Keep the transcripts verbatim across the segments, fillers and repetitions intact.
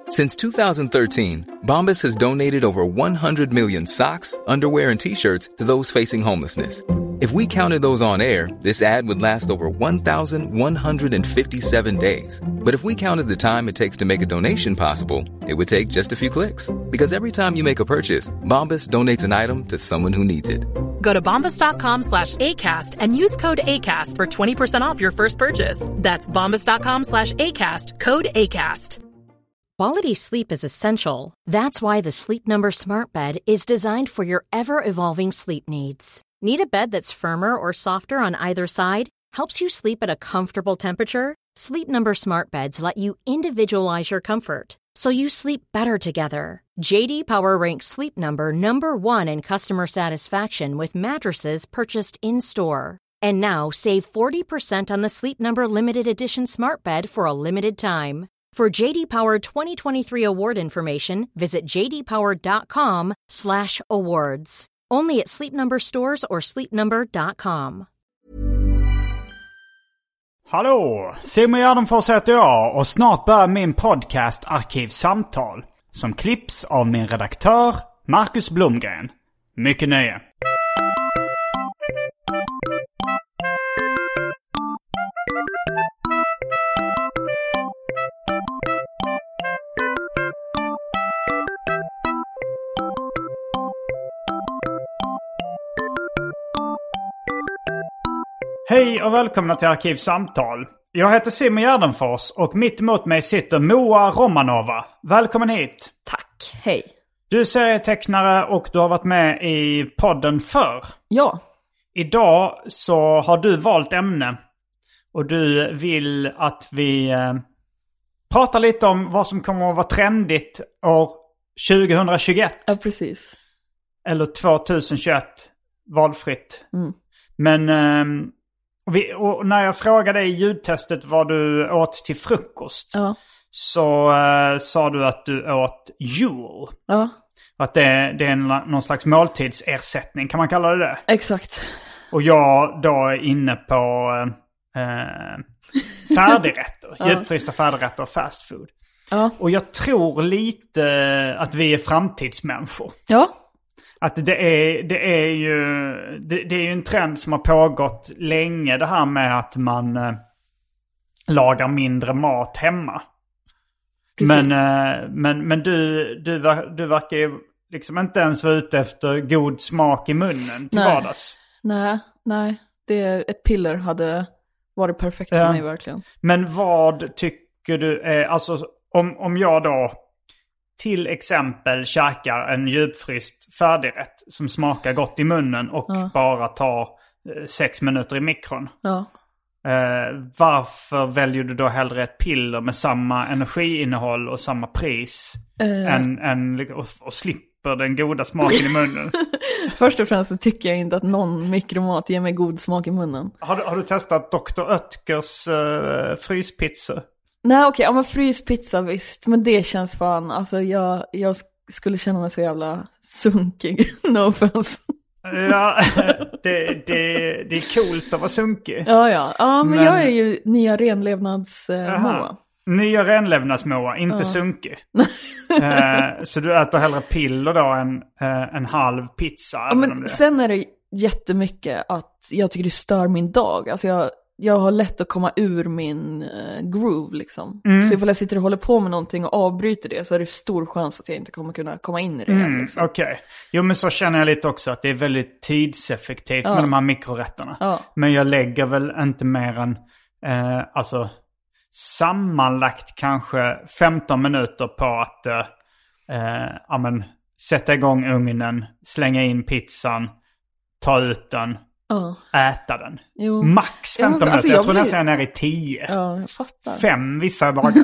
Since two thousand thirteen, Bombas has donated over one hundred million socks, underwear, and T-shirts to those facing homelessness. If we counted those on air, this ad would last over one thousand one hundred fifty-seven days. But if we counted the time it takes to make a donation possible, it would take just a few clicks. Because every time you make a purchase, Bombas donates an item to someone who needs it. Go to bombas.com slash ACAST and use code ACAST for twenty percent off your first purchase. That's bombas.com slash ACAST, code ACAST. Quality sleep is essential. That's why the Sleep Number Smart Bed is designed for your ever-evolving sleep needs. Need a bed that's firmer or softer on either side? Helps you sleep at a comfortable temperature? Sleep Number Smart Beds let you individualize your comfort, so you sleep better together. J D Power ranks Sleep Number number one in customer satisfaction with mattresses purchased in-store. And now save forty percent on the Sleep Number Limited Edition Smart Bed for a limited time. For J D Power twenty twenty-three award information, visit jdpower.com slash awards. Only at Sleep Number stores or sleep number dot com. Hallå, Simon Gärdenfors heter jag och snart börjar min podcast Arkivsamtal som klipps av min redaktör Marcus Blomgren. Mycket nöje. Hej och välkomna till Arkivsamtal. Jag heter Simon Gärdenfors och mitt emot mig sitter Moa Romanova. Välkommen hit. Tack, hej. Du är serietecknare och du har varit med i podden förr. Ja. Idag så har du valt ämne och du vill att vi eh, pratar lite om vad som kommer att vara trendigt år tjugohundratjugoett. Ja, precis. Eller tjugohundratjugoett, valfritt. Mm. Men... Eh, Och, vi, och när jag frågade i ljudtestet vad du åt till frukost, ja. så uh, sa du att du åt jul. Ja. Att det, det är en, någon slags måltidsersättning, kan man kalla det det? Exakt. Och jag då är inne på uh, färdigrätter, ja. djupfrysta färdigrätter och fast food. Ja. Och jag tror lite att vi är framtidsmänniskor. Ja. Att det är, det är ju det, det är ju en trend som har pågått länge, det här med att man eh, lagar mindre mat hemma. Men, eh, men, men du, du, du verkar ju liksom inte ens vara ute efter god smak i munnen till nej. vardags. Nej, nej. Det, ett piller hade varit perfekt för ja. mig verkligen. Men vad tycker du är, alltså om, om jag då till exempel käkar en djupfryst färdigrätt som smakar gott i munnen och ja. bara tar eh, sex minuter i mikron. Ja. Eh, varför väljer du då hellre ett piller med samma energiinnehåll och samma pris uh. än, än, och, och slipper den goda smaken i munnen? Först och främst så tycker jag inte att någon mikromat ger mig god smak i munnen. Har du, har du testat doktor Oetkers uh, fryspizza? Nej, okej, okay, ja, men fryspizza visst. Men det känns fan, alltså jag, jag skulle känna mig så jävla sunkig. No offense. Ja, det, det, det är coolt att vara sunkig. Ja, ja. Ja, men, men... jag är ju nya renlevnadsmåa. Eh, nya renlevnadsmåa, inte ja. sunkig. eh, så du äter hellre piller då än eh, en halv pizza? Ja, men det... sen är det jättemycket att jag tycker det stör min dag. Alltså jag... Jag har lätt att komma ur min uh, groove liksom. Mm. Så ifall jag sitter och håller på med någonting och avbryter det så är det stor chans att jag inte kommer kunna komma in i det. Mm, liksom. Okej. Okay. Jo, men så känner jag lite också att det är väldigt tidseffektivt ja. med de här mikrorätterna. Ja. Men jag lägger väl inte mer än eh, alltså sammanlagt kanske femton minuter på att eh, ja, men, sätta igång ugnen, slänga in pizzan, ta ut den. Oh. Äta den. Jo. Max femton minuter. Alltså, jag, jag tror blir... nästan jag är nere i tio. Ja, jag fattar. Fem vissa dagar.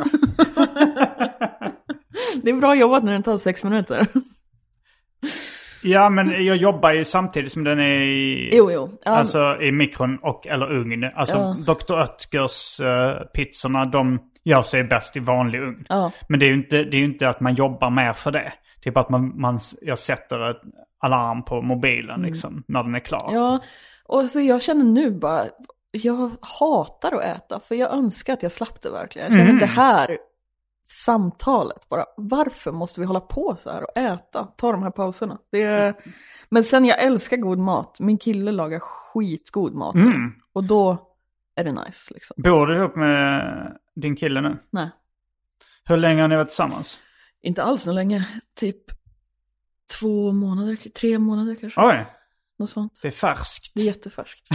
Det är bra jobbat när den tar sex minuter. Ja, men jag jobbar ju samtidigt som den är i, jo, jo. Um... alltså, i mikron och eller ugn. Alltså ja. doktor Oetkers uh, pizzorna, de gör sig bäst i vanlig ugn. Ja. Men det är ju inte, det är ju inte att man jobbar mer för det. Det är bara att man, man, jag sätter ett alarm på mobilen liksom, mm. när den är klar. Ja, och så jag känner nu bara, jag hatar att äta för jag önskar att jag slapp det verkligen. Jag känner mm. det här samtalet. Bara, varför måste vi hålla på så här och äta? Ta de här pauserna. Det är... Men sen jag älskar god mat. Min kille lagar skitgod mat. Mm. Och då är det nice liksom. Bor du ihop med din kille nu? Nej. Hur länge har ni varit tillsammans? Inte alls så länge. Typ två månader, tre månader kanske. Oj. Något sånt. Det är färskt. Det är jättefärskt.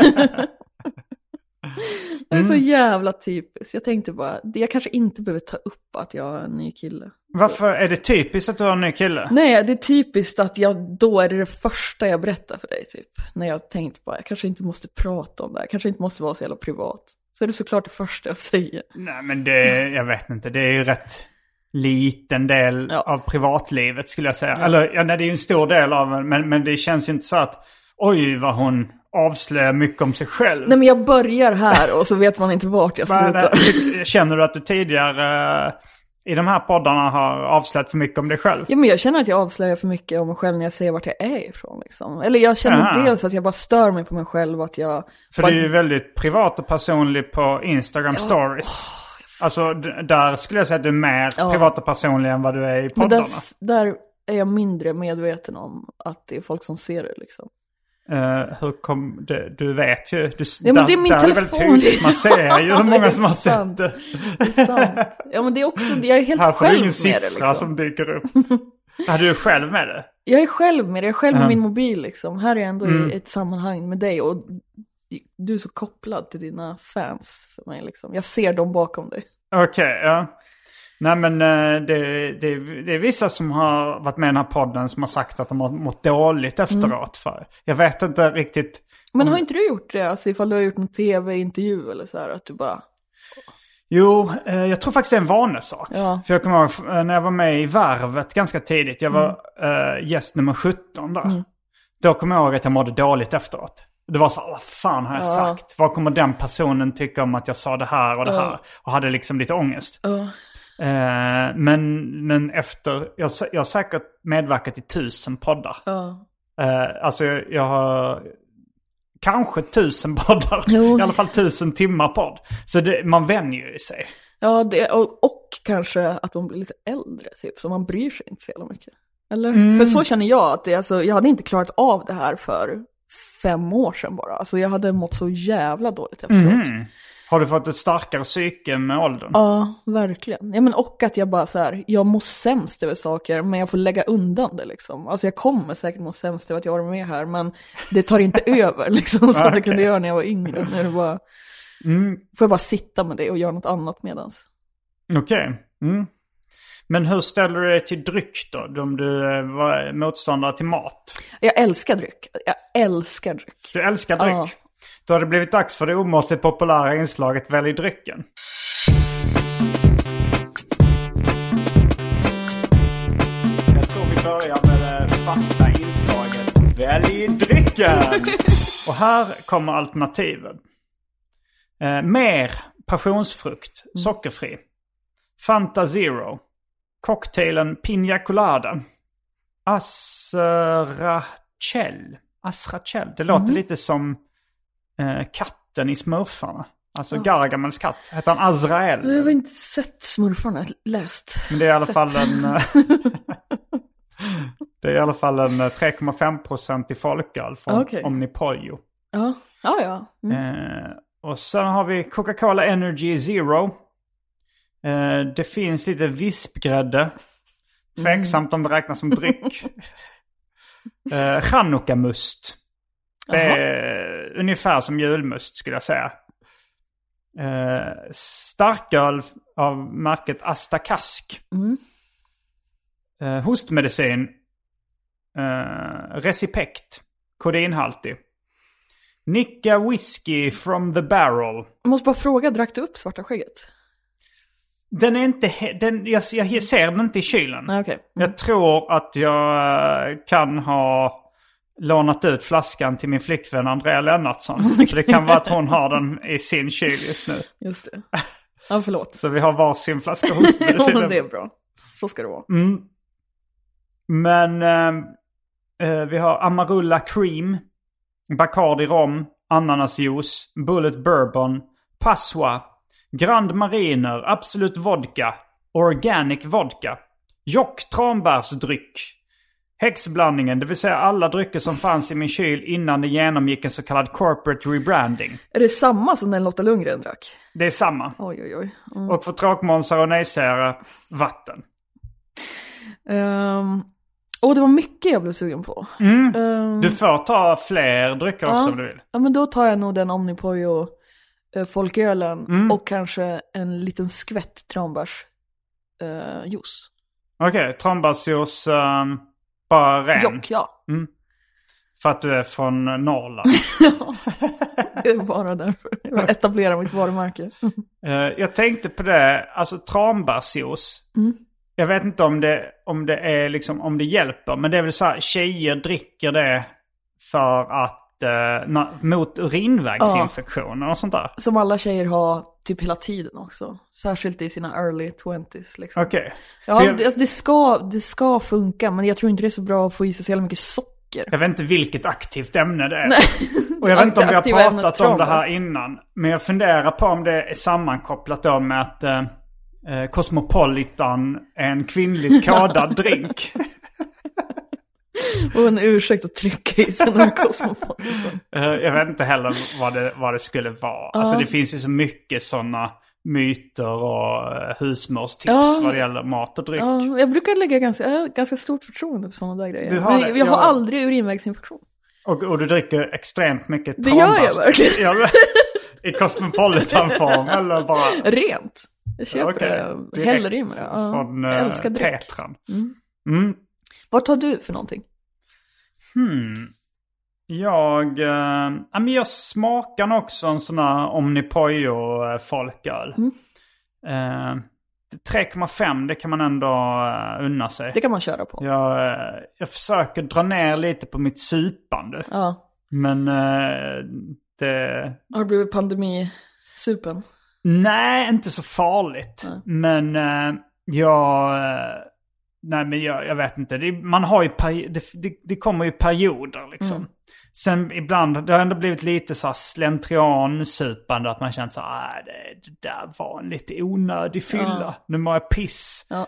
Det är så jävla typiskt. Jag tänkte bara, jag kanske inte behöver ta upp att jag har en ny kille. Varför så. Är det typiskt att du har en ny kille? Nej, det är typiskt att jag, då är det det första jag berättar för dig typ. När jag tänkt bara, jag kanske inte måste prata om det här. Kanske inte måste vara så jävla privat. Så är det såklart det första jag säger. Nej, men det, jag vet inte. Det är ju rätt liten del ja. av privatlivet skulle jag säga. Ja. Eller, ja, nej, det är ju en stor del av men, men det känns ju inte så att oj vad hon avslöjar mycket om sig själv. Nej, men jag börjar här och så vet man inte vart jag slutar. Känner du att du tidigare uh, i de här poddarna har avslöjat för mycket om dig själv? Ja, men jag känner att jag avslöjar för mycket om mig själv när jag säger vart jag är ifrån. Liksom. Eller jag känner Aha. dels att jag bara stör mig på mig själv. Att jag för bara... du är ju väldigt privat och personlig på Instagram ja. stories. Oh, alltså d- där skulle jag säga att du är mer ja. privat och personlig än vad du är i poddarna. Men där, där är jag mindre medveten om att det är folk som ser det liksom. Uh, hur kom det? Du vet ju du, ja, men det är min där telefon. Är väl tydligt. Man ser ju hur många som har sett det. Det är sant. Ja, men det är också, jag är helt här själv ingen med siffra det liksom. Som dyker upp. Är du själv med det? Jag är själv med det, jag är själv med uh-huh. min mobil liksom. Här är jag ändå mm. i ett sammanhang med dig. Och du är så kopplad till dina fans för mig liksom. Jag ser dem bakom dig. Okej, okay, ja. Nej, men det, det, det är vissa som har varit med i den här podden som har sagt att de har mått dåligt efteråt. Mm. För. Jag vet inte riktigt. Men om... har inte du gjort det? Alltså ifall du har gjort en tv-intervju eller så här, att du bara... Jo, eh, jag tror faktiskt det är en vanesak. Ja. För jag kommer ihåg när jag var med i Värvet ganska tidigt. Jag var mm. eh, gäst nummer sjutton där. Mm. Då kommer jag ihåg att jag mådde dåligt efteråt. Det var så, vad fan har jag ja. sagt? Vad kommer den personen tycka om att jag sa det här och det ja. här? Och hade liksom lite ångest. Ja. Uh, men, men efter, jag, jag har säkert medverkat i tusen poddar. Ja. Uh, alltså jag, jag har kanske tusen poddar. Jo. I alla fall tusen timmar podd. Så det, man vänjer ju sig. Ja, det, och, och kanske att man blir lite äldre typ. Så man bryr sig inte så jävla mycket. Eller? Mm. För så känner jag att det, alltså, jag hade inte klarat av det här för fem år sedan bara. Alltså jag hade mått så jävla dåligt efteråt. Mm. Har du fått ett starkare psyke med åldern? Ja, verkligen. Ja, men och att jag bara så här, jag mår sämst över saker, men jag får lägga undan det liksom. Alltså jag kommer säkert må sämst över att jag var med här, men det tar inte över liksom som okay. det kunde göra när jag var yngre. När det bara, mm. får jag bara sitta med det och göra något annat medans. Okej. Okay. Mm. Men hur ställer du dig till dryck då? Om du var motståndare till mat? Jag älskar dryck. Jag älskar dryck. Du älskar dryck? Ja. Då har det blivit dags för det omåttligt populära inslaget Välj drycken. Jag tror vi börjar med det fasta inslaget Välj drycken. Och här kommer alternativen. Eh, mer passionsfrukt, sockerfri. Fanta Zero. Cocktailen Pina Colada. Asrachel. Asrachel. Det låter mm. lite som eh, katten i Smurfarna. Alltså ja. Gargamels katt. Heter han Azrael? Jag har inte sett Smurfarna, läst. Men det är i alla sett. fall en... det är i alla fall en tre komma fem procent i folköl från okay. Omnipollo. Ja, ja. ja. Mm. Eh, och sen har vi Coca-Cola Energy Zero. Eh, det finns lite vispgrädde. Tveksamt mm. om det räknas som dryck. eh, Chanukka-must. Det är ungefär som julmust skulle jag säga. Eh, starköl av märket Astakask. Mm. Eh, hostmedicin. Eh, Recipekt. Kodinhaltig. Nicka whisky from the barrel. Jag måste bara fråga, drack du upp svarta skägget? Den är inte, den, jag, jag ser den inte i kylen. Ah, okay. mm. Jag tror att jag kan ha lånat ut flaskan till min flickvän Andrea Lennartsson. Okay. Så det kan vara att hon har den i sin kyl just nu. Just det. Ja, förlåt. Så vi har varsin flaska hostmedicin. Ja, men det är bra. Så ska det vara. Mm. Men äh, vi har Amarula Cream, Bacardi Rom, Ananasjuice, Bullet Bourbon, Passoa, Grand Mariner, Absolut Vodka, Organic vodka. Jock tranbärsdryck. Häxblandningen, det vill säga alla drycker som fanns i min kyl innan det genomgick en så kallad corporate rebranding. Är det samma som den Lotta Lundgren drack? Det är samma. Oj, oj, oj. Mm. Och för tråkmånsar och nejsägare, vatten. Um, och det var mycket jag blev sugen på. Mm. Um, du får ta fler drycker ja, också om du vill. Ja, men då tar jag nog den Omnipollo uh, folkölen mm. och kanske en liten skvätt tranbärsjuice. Uh, juice. Okej, okay, tranbärsjuice um, bara ren. Jock, ja. Mm. För att du är från Norrland. Ja, det är bara därför. Jag etablerar mitt varumärke. uh, jag tänkte på det, alltså tranbärsjuice. Mm. Jag vet inte om det, om det är liksom, om det hjälper. Men det är väl så här, tjejer dricker det för att, eh, na, mot urinvägsinfektioner och sånt där. Som alla tjejer har typ hela tiden också. Särskilt i sina early twenties liksom. Okej. Okay. Ja, jag, alltså, det, ska, det ska funka, men jag tror inte det är så bra att få i sig så jävla mycket socker. Jag vet inte vilket aktivt ämne det är. Nej. Och jag vet inte om vi har pratat om det här innan. Men jag funderar på om det är sammankopplat då med att... Eh, Eh, Cosmopolitan är en kvinnligt kodad drink. Och en ursäkt att trycka i sig några Cosmopolitan. eh, Jag vet inte heller vad det, vad det skulle vara. uh. Alltså det finns ju så mycket sådana myter och uh, husmorstips uh. vad det gäller mat och dryck. uh, Jag brukar lägga ganska, uh, ganska stort förtroende på sådana där grejer. Du har Men det, jag, jag har jag... aldrig urinvägsinfektion. Och, och du dricker extremt mycket det gör jag verkligen. I Cosmopolitan-form eller bara... Rent. Jag köper okay. det. Häller i mig det. Ja. Från jag älskar uh, dryck. Tetran. Mm. Mm. Vad tar du för någonting? Hmm. Jag, uh, ja, men jag smakar också en sån här Omnipollo folköl. Mm. Uh, tre komma fem, det kan man ändå uh, unna sig. Det kan man köra på. Jag, uh, jag försöker dra ner lite på mitt supande. Ja. Men uh, det... Har det blivit pandemisupen? Nej, inte så farligt. Mm. Men uh, jag... Uh, nej, men jag, jag vet inte. Det, man har ju... Peri- det, det, det kommer ju perioder liksom. Mm. Sen ibland, det har ändå blivit lite så här slentrian-supande. Att man känner så här, det, det där var en lite onödig fylla. Ja. Nu mår jag piss. Ja.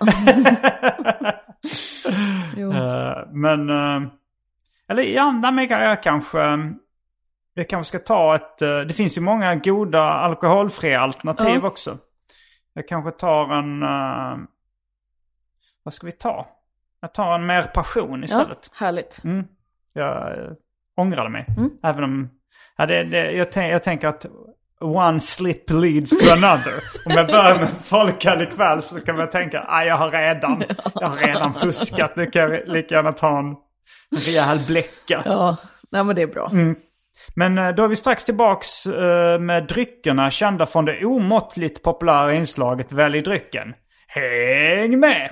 uh, men... Uh, eller ja, men jag, jag kanske... Jag kanske ska ta ett... Det finns ju många goda alkoholfria alternativ ja. också. Jag kanske tar en... Uh, vad ska vi ta? Jag tar en mer passion istället. Ja, härligt. Mm. Jag uh, ångrade mig. Mm. Även om... Ja, det, det, jag, tänk, jag tänker att one slip leads to another. Om jag börjar med folköl ikväll så kan man tänka ah, jag har redan jag har redan fuskat. Nu kan jag lika gärna ta en rejäl bläcka. Ja, nej, men det är bra. Mm. Men då är vi strax tillbaks med dryckerna kända från det omåttligt populära inslaget Välj drycken. Häng med!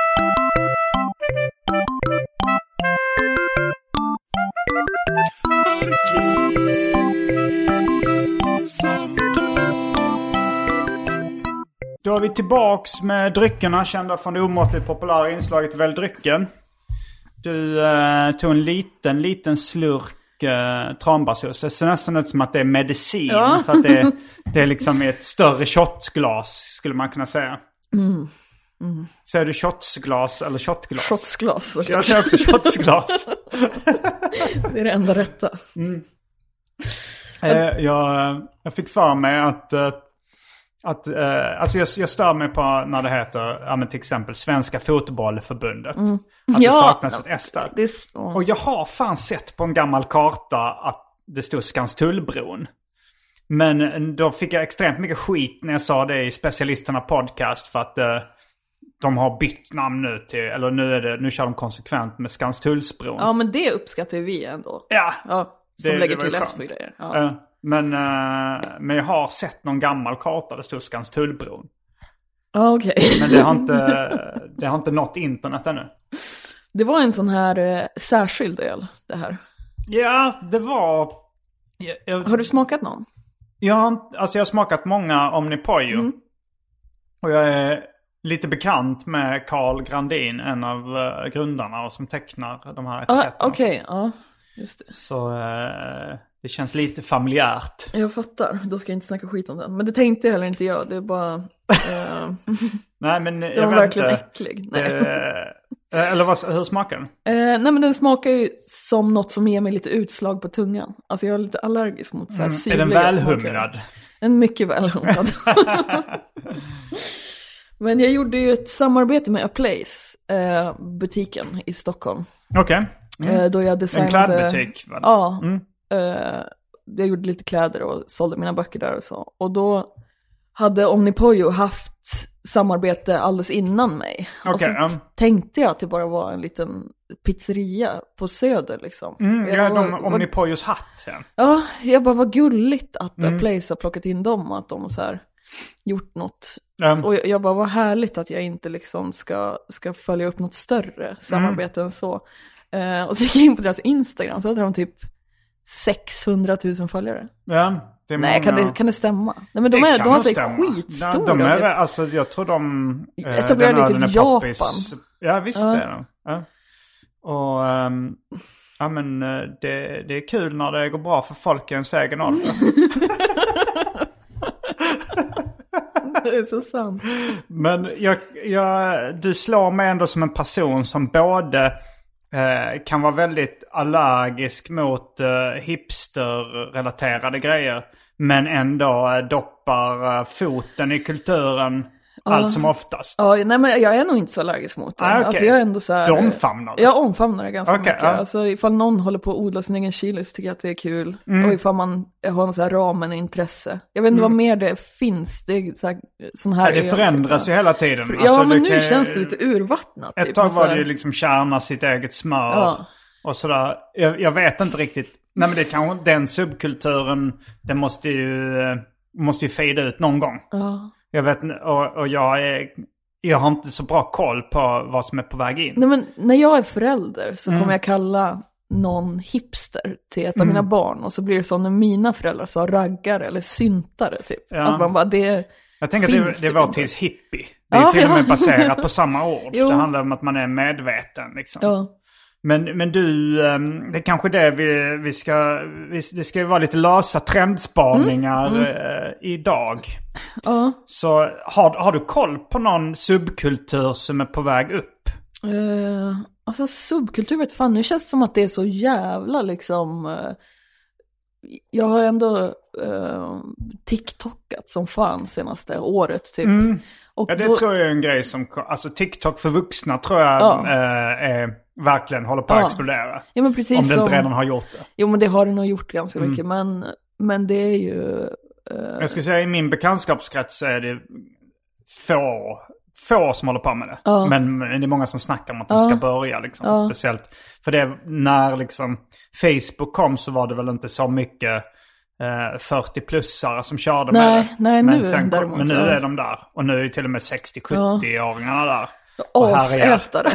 Då är vi tillbaks med dryckerna kända från det omåttligt populära inslaget Välj drycken. Du eh, tog en liten, liten slurk Uh, tranbärsjuice. Det ser nästan ut som att det är medicin. Ja. För att det, det är liksom ett större shotglas skulle man kunna säga. Mm. Mm. Säger du shotsglas eller shotglas? Shotsglas. Jag säger också shotsglas. Det är det enda rätta. Mm. Uh, jag, jag fick för mig att uh, att, uh, alltså jag, jag stör mig på när det heter ja, men till exempel Svenska Fotbollförbundet. Mm. Att ja, det saknas ett S där. Det och jag har fan sett på en gammal karta att det stod Skanstullbron. Men då fick jag extremt mycket skit när jag sa det i Specialisterna podcast. För att uh, de har bytt namn nu till, eller nu, är det, nu kör de konsekvent med Skanstullsbron. Ja, men det uppskattar vi ändå. Ja. ja som det, lägger det till S på grejer. Ja. Uh, men, uh, men jag har sett någon gammal karta där det stod Skanstullbron. Ja, okej. Okay. Men det har, inte, det har inte nått internet ännu. Det var en sån här eh, särskild öl, det här. Ja, det var... Jag, jag, har du smakat någon? Ja, alltså jag har smakat många Omnipollo. Mm. Och jag är lite bekant med Carl Grandin, en av uh, grundarna och som tecknar de här etiketterna. Ah, okej, okay. ja, just det. Så uh, det känns lite familjärt. Jag fattar, då ska jag inte snacka skit om den. Men det tänkte jag heller inte jag, det är bara... Uh... Nej, men den jag var vet verkligen inte. äcklig. Nej. Det, eller vad, hur smakar den? Eh, nej men den smakar ju som något som ger mig lite utslag på tungan. Alltså jag är lite allergisk mot så här Mm. syrliga Är den välhumlad? smaker. En mycket välhumlad. Men jag gjorde ju ett samarbete med A Place, eh, butiken i Stockholm. Okej. Okay. Mm. Eh, då jag designade... En klädbutik? Va? Ja. Mm. Eh, jag gjorde lite kläder och sålde mina böcker där och så. Och då hade Omnipojo haft samarbete alldeles innan mig. Okay, och så um. tänkte jag att det bara var en liten pizzeria på Söder liksom. Mm, jag ja, var, de Omnipojos hatt. Ja. ja, jag bara var gulligt att Mm. A Place har plockat in dem och att de har så här gjort något. Um. Och jag, jag bara, vad härligt att jag inte liksom ska, ska följa upp något större samarbete mm. än så. Uh, och så gick jag in på deras Instagram, så hade de typ sexhundratusen följare. Ja, det är Nej, många... kan det, kan det stämma? Nej, men de, det är, de har sig stämma. skitstora. Ja, de är, typ. alltså, jag tror de... Eh, etablerade i typ Japan. Poppis. Ja, visst ja. Det är de. Ja. Och um, ja, men det, det är kul när det går bra för folk i ens egen ålder. Det är så sant. Men jag, jag, du slår mig ändå som en person som både eh, kan vara väldigt allergisk mot eh, hipster-relaterade grejer. Men ändå eh, doppar eh, foten i kulturen ja. Allt som oftast. Ja, nej men jag är nog inte så allergisk mot det. Ah, okay. Alltså jag är ändå så här... Du omfamnar det? Jag omfamnar det ganska okay, mycket. ja. Alltså ifall någon håller på att odla sin egen chili så tycker jag att det är kul. Mm. Och ifall man har en så här ramen intresse. Jag vet inte mm. vad mer det finns. Det är så här, sån här ja, det förändras typ, ju hela tiden. Ja, alltså, men nu kan... känns det lite urvattnat. Ett typ, tag var här... det ju liksom kärna sitt eget smör. Ja. Och sådär. Jag, jag vet inte riktigt. Nej, men det kan den subkulturen, den måste ju, måste ju fejda ut någon gång. Ja. Jag vet och, och jag är... Jag har inte så bra koll på vad som är på väg in. Nej, men när jag är förälder så mm. kommer jag kalla någon hipster till ett av mm. mina barn. Och så blir det som när mina föräldrar sa raggare eller syntare typ. Ja. Att man bara, det Jag tänker att det, det var tills hippie. Det är ja, till och med ja. baserat på samma ord. Det handlar om att man är medveten liksom. Ja. Men, men du, det är kanske det vi, vi ska, vi, det ska ju vara lite lösa trendspaningar mm. Mm. idag. Ja. Så har, har du koll på någon subkultur som är på väg upp? Uh, alltså subkultur vet fan, nu känns det som att det är så jävla liksom... Uh, jag har ändå uh, TikTokat som fan senaste året typ. Mm. Och ja, det då... tror jag är en grej som... Alltså TikTok för vuxna tror jag ja. äh, är, verkligen håller på att ja. explodera. Ja, men precis om det som... inte redan har gjort det. Jo, men det har det nog gjort ganska mm. mycket. Men, men det är ju... Uh... Jag ska säga i min bekantskapskrets så är det få, få som håller på med det. Ja. Men det är många som snackar om att de ja. ska börja. Liksom, ja. Speciellt för det när liksom Facebook kom så var det väl inte så mycket... fyrtio-plussare som körde nej, med det. Nej, men, nu, sen, däremot, men nu ja. är de där. Och nu är till och med sextio-sjuttio-åringarna där. Asätare.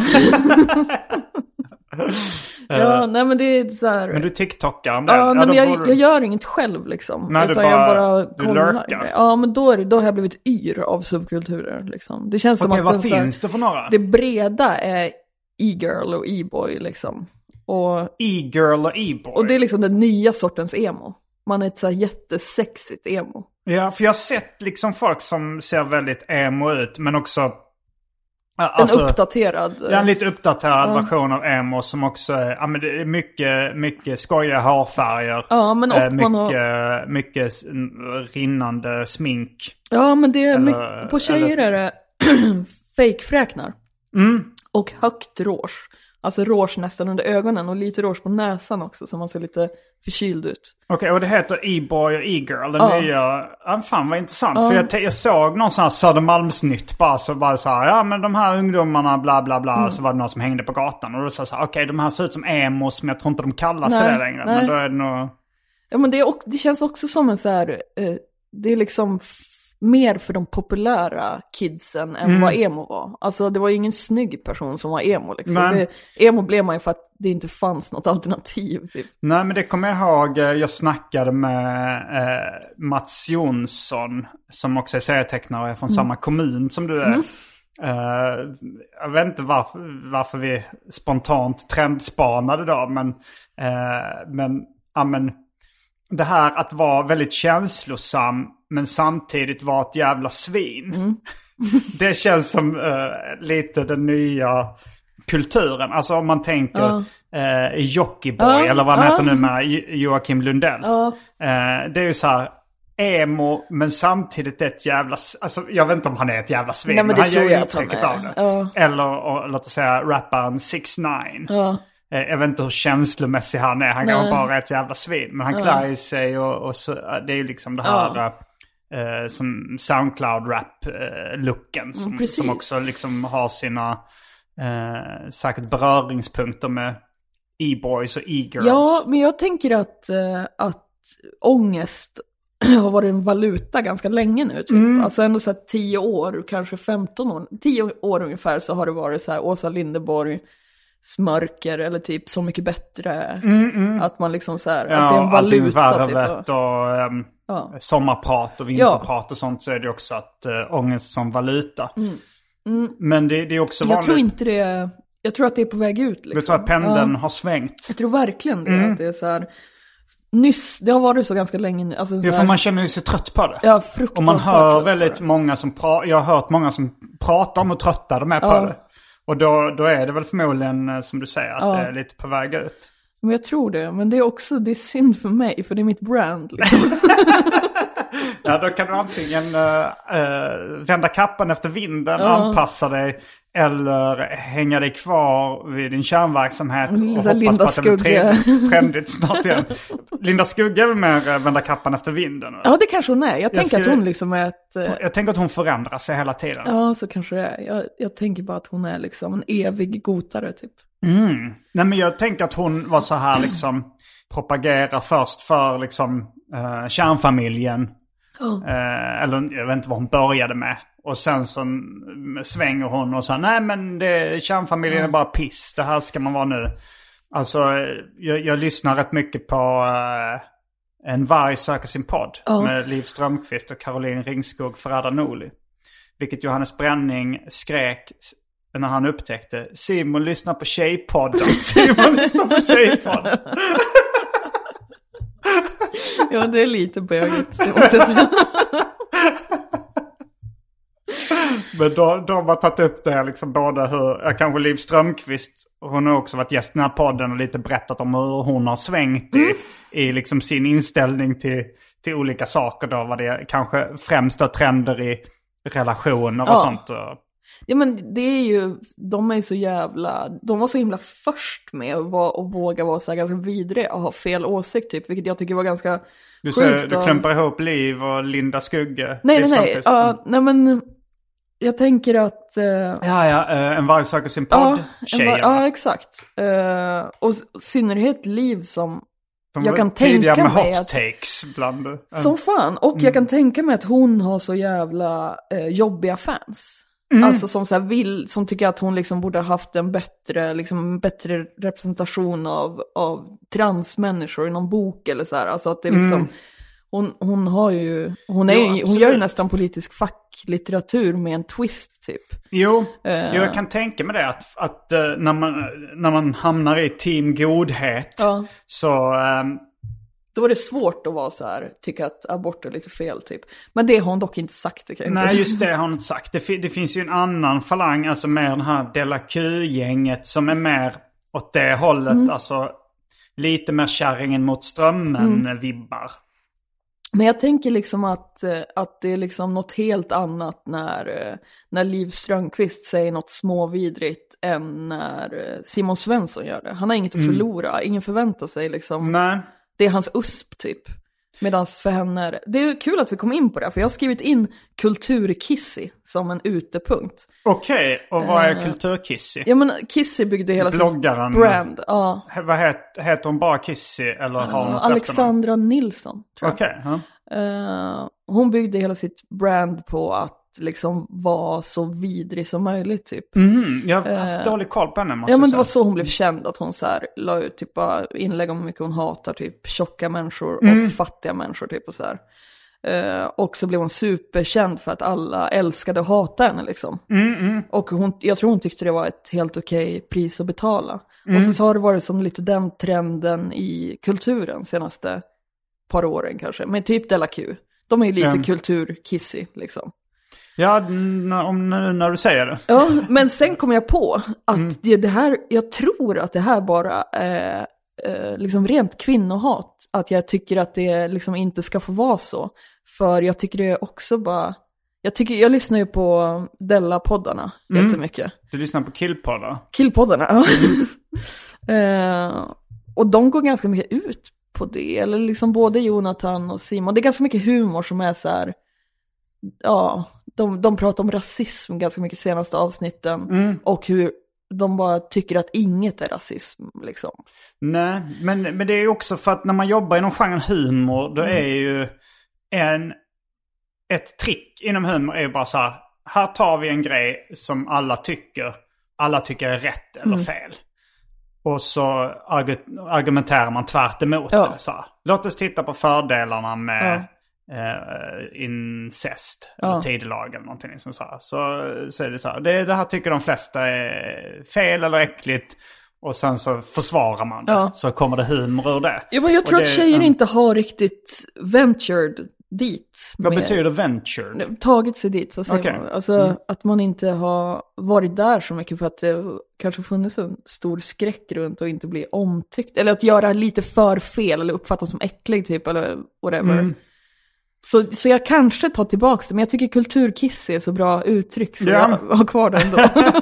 ja, nej men det är så här... Men du TikTokar om det? Ja, ja, nej, men jag, borde... jag gör inget själv liksom. Nej, utan bara, jag bara kollar. Lurkar. Ja, men då, är det, då har jag blivit yr av subkulturer liksom. Det känns som okay, att... vad det, finns här, det för några? Det breda är e-girl och e-boy liksom. Och, e-girl och e-boy? Och det är liksom den nya sortens emo. Man är ett så här jättesexigt emo. Ja, för jag har sett liksom folk som ser väldigt emo ut, men också... Alltså, en uppdaterad... Ja, en lite uppdaterad uh. version av emo som också är... Ja, men det är mycket, mycket skojiga hårfärger. Ja, men och eh, mycket, man har... mycket rinnande smink. Ja, men det är eller, mycket... På tjejer eller... är det fake-fräknar. Mm. Och högt rouge. Alltså rouge nästan under ögonen och lite rouge på näsan också så man ser lite förkyld ut. Okej, okay, och det heter e-boy och e-girl. Den ja. nya... Ja, fan vad intressant. Ja. För jag, jag såg någon sån här Södermalmsnytt bara så bara så här, ja men de här ungdomarna bla bla bla. Mm. Så var det någon som hängde på gatan. Och då sa så här, okej okay, de här ser ut som emos men jag tror inte de kallar sig det längre. Nej. Men då är det nog... Ja men det, är, det känns också som en så här... Eh, det är liksom... mer för de populära kidsen än mm. vad emo var. Alltså det var ju ingen snygg person som var emo liksom. Det, emo blev man ju för att det inte fanns något alternativ typ. Nej men det kommer jag ihåg. Jag snackade med eh, Mats Jonsson som också är serietecknare och är från mm. samma kommun som du är. Mm. Uh, jag vet inte varför, varför vi spontant trendspanade då. Men, uh, men, ja, men det här att vara väldigt känslosam men samtidigt vara ett jävla svin. Mm. Det känns som uh, lite den nya kulturen. Alltså om man tänker uh. uh, Jockiboi uh. eller vad han uh. heter nu med Joakim Lundell. Uh. Uh, det är ju så här emo, men samtidigt ett jävla... Alltså jag vet inte om han är ett jävla svin. Nej, men det han tror gör jag uttrycket av det. Uh. Eller och, låt oss säga rapparen six nine. Uh. Jag vet inte hur känslomässig han är. Han kan bara ett jävla svin. Men han uh. klär i sig och, och så, det är ju liksom det här... Uh. Uh, som Soundcloud-rap-looken. Uh, som, mm, som också liksom har sina uh, säkert beröringspunkter med e-boys och e-girls. Ja, men jag tänker att, uh, att ångest har varit en valuta ganska länge nu. Typ. Mm. Alltså ändå så här tio år, kanske femton år. Tio år ungefär så har det varit så här Åsa Linderborg, Smörker eller typ Så mycket bättre. Mm, mm. Att man liksom så här, ja, att det är en valuta. Typ, och, och um, ja. sommarprat och vinterprat ja. och sånt, så är det också att uh, ångest som valuta. Mm. Mm. Men det, det är också vanligt. Jag tror inte det, jag tror att det är på väg ut. Liksom. Jag tror att pendeln ja. har svängt. Jag tror verkligen det, mm. att det är så här... Nyss, det har varit så ganska länge nu. Alltså, ja, för man känner sig trött på det. Ja, fruktansvärt. Och man hör väldigt många som pratar, jag har hört många som pratar om och tröttade med ja. på det. Och då, då är det väl förmodligen, som du säger, att ja. det är lite på väg ut. Men jag tror det. Men det är också, det är synd för mig, för det är mitt brand. Liksom. Ja, då kan du antingen uh, uh, vända kappan efter vinden, ja. anpassa dig, eller hänga dig kvar vid din kärnverksamhet och Lisa hoppas Linda på att Skugge. det blir trendigt snart igen. Linda Skugge är väl mer vända kappan efter vinden? Eller? Ja, det kanske hon är. Jag, jag tänker skulle... att hon liksom är ett... Jag tänker att hon förändrar sig hela tiden. Ja, så kanske det är. Jag, jag tänker bara att hon är liksom en evig gotare typ. Mm. Nej, men jag tänker att hon var så här liksom propagerar först för liksom uh, kärnfamiljen. Oh. Uh, eller jag vet inte vad hon började med. Och sen så svänger hon och säger nej men det, kärnfamiljen mm. är bara piss. Det här ska man vara nu. Alltså jag, jag lyssnar rätt mycket på uh, En varg söker sin podd. Oh. Med Liv Strömquist och Caroline Ringskog Ferrada Noli. Vilket Johannes Bränning skrek när han upptäckte. Simon lyssnar på tjejpodden. Simon lyssnar på tjejpodden. Ja, det är lite bögigt. Det måste jag säga. Men då, då har man tagit upp det här liksom både hur, kanske Liv Strömquist, hon har också varit gäst i den här podden och lite berättat om hur hon har svängt mm. i, i liksom sin inställning till, till olika saker då, vad det kanske främst är trender i relationer och ja. sånt. Ja, men det är ju, de är så jävla, de var så himla först med att vara, och våga vara så här ganska vidriga och ha fel åsikt typ, vilket jag tycker var ganska du ser, sjukt. Du och... klumpar ihop Liv och Linda Skugge. Nej, nej, nej. Uh, nej, men jag tänker att... Uh... Ja, ja, uh, En varg söker sin podd, ja, tjejerna. Ja, exakt. Uh, och synnerhet Liv som... De jag kan tänka med mig hot att... takes bland... Uh. Som fan. Och mm. jag kan tänka mig att hon har så jävla uh, jobbiga fans. Mm. Alltså som så här vill, som tycker att hon liksom borde ha haft en bättre, liksom bättre representation av, av transmänniskor i någon bok eller så här. Alltså att det liksom, mm. hon, hon har ju, hon, är, jo, hon gör ju nästan politisk facklitteratur med en twist typ. Jo, uh. jag kan tänka mig det att, att uh, när, man, när man hamnar i team godhet uh. så... Um, då var det svårt att vara så här, tycka att abort är lite fel typ. Men det har hon dock inte sagt. Det kan jag Nej, inte. just det har hon inte sagt. Det, det finns ju en annan falang, alltså mer den här Della Q-gänget som är mer åt det hållet. Mm. Alltså lite mer kärringen mot strömmen-vibbar. Mm. Men jag tänker liksom att, att det är liksom något helt annat när, när Liv Strömquist säger något småvidrigt än när Simon Svensson gör det. Han har inget att förlora, mm. ingen förväntar sig liksom... Nej. Det är hans usp typ. Medan för henne, det är kul att vi kom in på det. För jag har skrivit in kulturkissy som en utepunkt. Okej, okay, och vad är uh, kulturkissy? Ja men Kissy byggde hela bloggaren, sitt brand. Ja. Uh. Vad heter, heter hon bara Kissy? Eller uh, har hon Alexandra Nilsson tror jag. Okej. Okay, uh. uh, hon byggde hela sitt brand på att liksom vara så vidrig som möjligt typ. Mm, jag har haft uh, dålig koll på henne. Ja men det var så hon blev känd, att hon så här la ut typ inlägg om hur mycket hon hatar typ tjocka människor mm. och fattiga människor typ och så här. Uh, och så blev hon superkänd för att alla älskade och hatade henne liksom. Mm, mm. Och hon, jag tror hon tyckte det var ett helt okej pris att betala. Mm. Och så, så har det varit som lite den trenden i kulturen senaste par åren kanske. Men typ Della Q. De är ju lite mm. kulturkissy liksom. Ja, om, när du säger det. Ja, men sen kom jag på att mm. det, det här, jag tror att det här bara är eh, liksom rent kvinnohat. Att jag tycker att det liksom inte ska få vara så. För jag tycker det är också bara... Jag, tycker, jag lyssnar ju på Della-poddarna mm. jättemycket. Du lyssnar på Killpoddar? Killpoddarna, ja. eh, och de går ganska mycket ut på det. Eller liksom både Jonathan och Simon. Det är ganska mycket humor som är så här... Ja, de, de pratar om rasism ganska mycket senaste avsnitten. Mm. Och hur de bara tycker att inget är rasism, liksom. Nej, men, men det är ju också för att när man jobbar inom genren humor, då mm. är ju en... Ett trick inom humor är ju bara så här, här tar vi en grej som alla tycker, alla tycker är rätt eller mm. fel. Och så argumenterar man tvärt emot ja. det. Så här. Låt oss titta på fördelarna med ja. eh, incest ja. eller tidelag eller någonting som så här. Så, så är det så här, det, det här tycker de flesta är fel eller äckligt. Och sen så försvarar man det. Ja. Så kommer det humor ur det. Ja, men jag tror det, att tjejer um, inte har riktigt ventured dit. Vad med, betyder ventured? Tagit sig dit, vad säger okay. man? Alltså mm. att man inte har varit där så mycket för att det kanske funnits en stor skräck runt och inte bli omtyckt. Eller att göra lite för fel eller uppfattas som äcklig typ eller whatever. Mm. Så, så jag kanske tar tillbaka det, men jag tycker kulturkiss är så bra uttryck så ja. jag har kvar det ändå.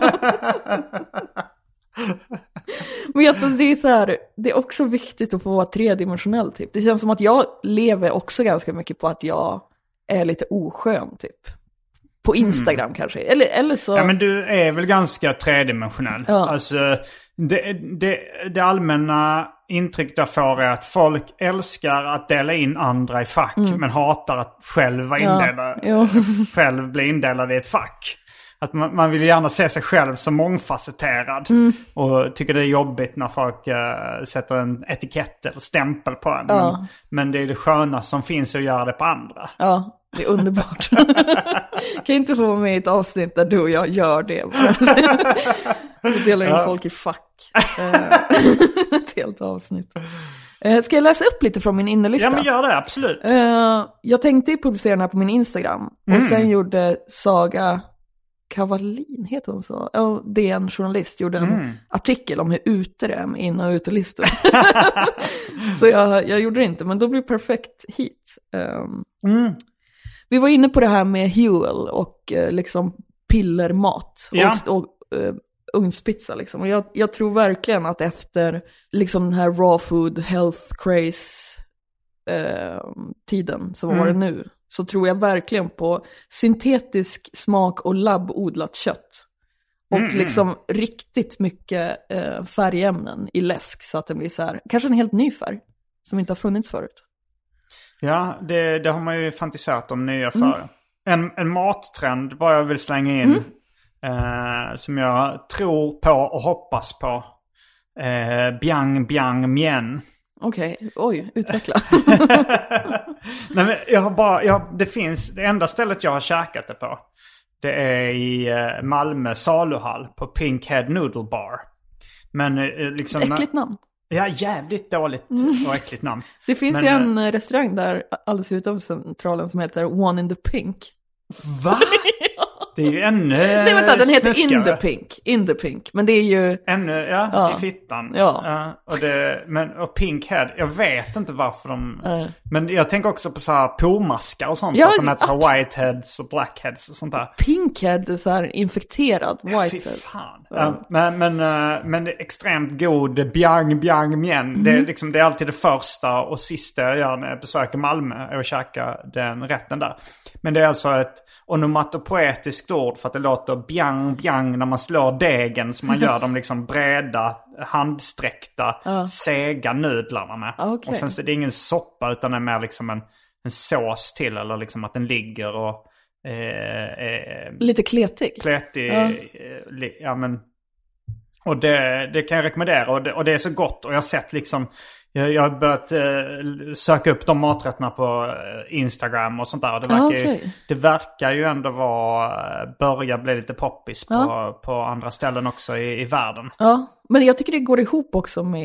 Men jag, det är så här, det är också viktigt att få vara tredimensionell typ. Det känns som att jag lever också ganska mycket på att jag är lite oskön typ. På Instagram mm. kanske. Eller, eller så... Ja, men du är väl ganska tredimensionell. Ja. Alltså, det, det, det allmänna intryck jag får är att folk älskar att dela in andra i fack mm. men hatar att själv, indela, ja. själv bli indelad i ett fack. Att man, man vill gärna se sig själv som mångfacetterad. Mm. Och tycker det är jobbigt när folk uh, sätter en etikett eller stämpel på en. Ja. Men, men det är det sköna som finns att göra det på andra. Ja, det är underbart. Kan inte få med i ett avsnitt där du och jag gör det. Vi delar in ja. folk i fack. Ett helt avsnitt. Ska jag läsa upp lite från min innelista? Ja, men gör det, absolut. Jag tänkte ju publicera den här på min Instagram. Och mm. sen gjorde Saga... Kavallin heter hon så. Ja, D N-journalist gjorde en mm. artikel om hur ute det är med in- och utelistor. Så jag, jag gjorde det inte, men då blir det perfekt hit. Um, mm. Vi var inne på det här med Huel och uh, liksom pillermat ja. och, och uh, ugnspizza liksom. Och jag, jag tror verkligen att efter liksom den här raw food health craze uh, tiden som mm. var det nu, så tror jag verkligen på syntetisk smak och labbodlat kött. Och mm. liksom riktigt mycket eh, färgämnen i läsk så att det blir så här, kanske en helt ny färg som inte har funnits förut. Ja, det, det har man ju fantiserat om nya för. Mm. En, en mattrend bara jag vill slänga in mm. eh, som jag tror på och hoppas på. Eh, biang biang mien. Okej, okay. Oj, utveckla. Nej, men jag har bara, jag, det finns, det enda stället jag har käkat det på, det är i uh, Malmö saluhall på Pinkhead Noodle Bar. Men uh, liksom... Ett äckligt namn. Ja, jävligt dåligt mm. och äckligt namn. Det finns men, ju en uh, restaurang där alldeles utanför centralen som heter One in the Pink. Va? Det är ju ännu Nej, vänta, den heter snuskare. In the Pink. In the Pink. Men det är ju... Ännu, ja, ja. i fittan. Ja. ja och, det, men, och Pinkhead, jag vet inte varför de... Äh. Men jag tänker också på så här pormaskar och sånt. Ja, att de heter så här whiteheads och blackheads och sånt där. Pinkhead är så här infekterad whitehead. Ja, fy fan. Ja. Ja, men, men, men det är extremt god biang biang mien. Mm. Det, är liksom, det är alltid det första och sista jag gör när jag besöker Malmö. Är att käka den rätten där. Men det är alltså ett onomatopoetiskt ord för att det låter bjang bjang när man slår degen som man gör de liksom breda, handsträckta, uh. sega nudlarna med. Okay. Och sen så är det ingen soppa utan det är mer liksom en, en sås till eller liksom att den ligger och... Eh, eh, Lite kletig. Kletig, uh. eh, li, ja men... Och det, det kan jag rekommendera och det, och det är så gott och jag har sett liksom... Jag, jag har börjat eh, söka upp de maträtterna på eh, Instagram och sånt där. Och det, verkar ah, okay. ju, det verkar ju ändå vara, börja bli lite poppis på, ja. på andra ställen också i, i världen. Ja, men jag tycker det går ihop också med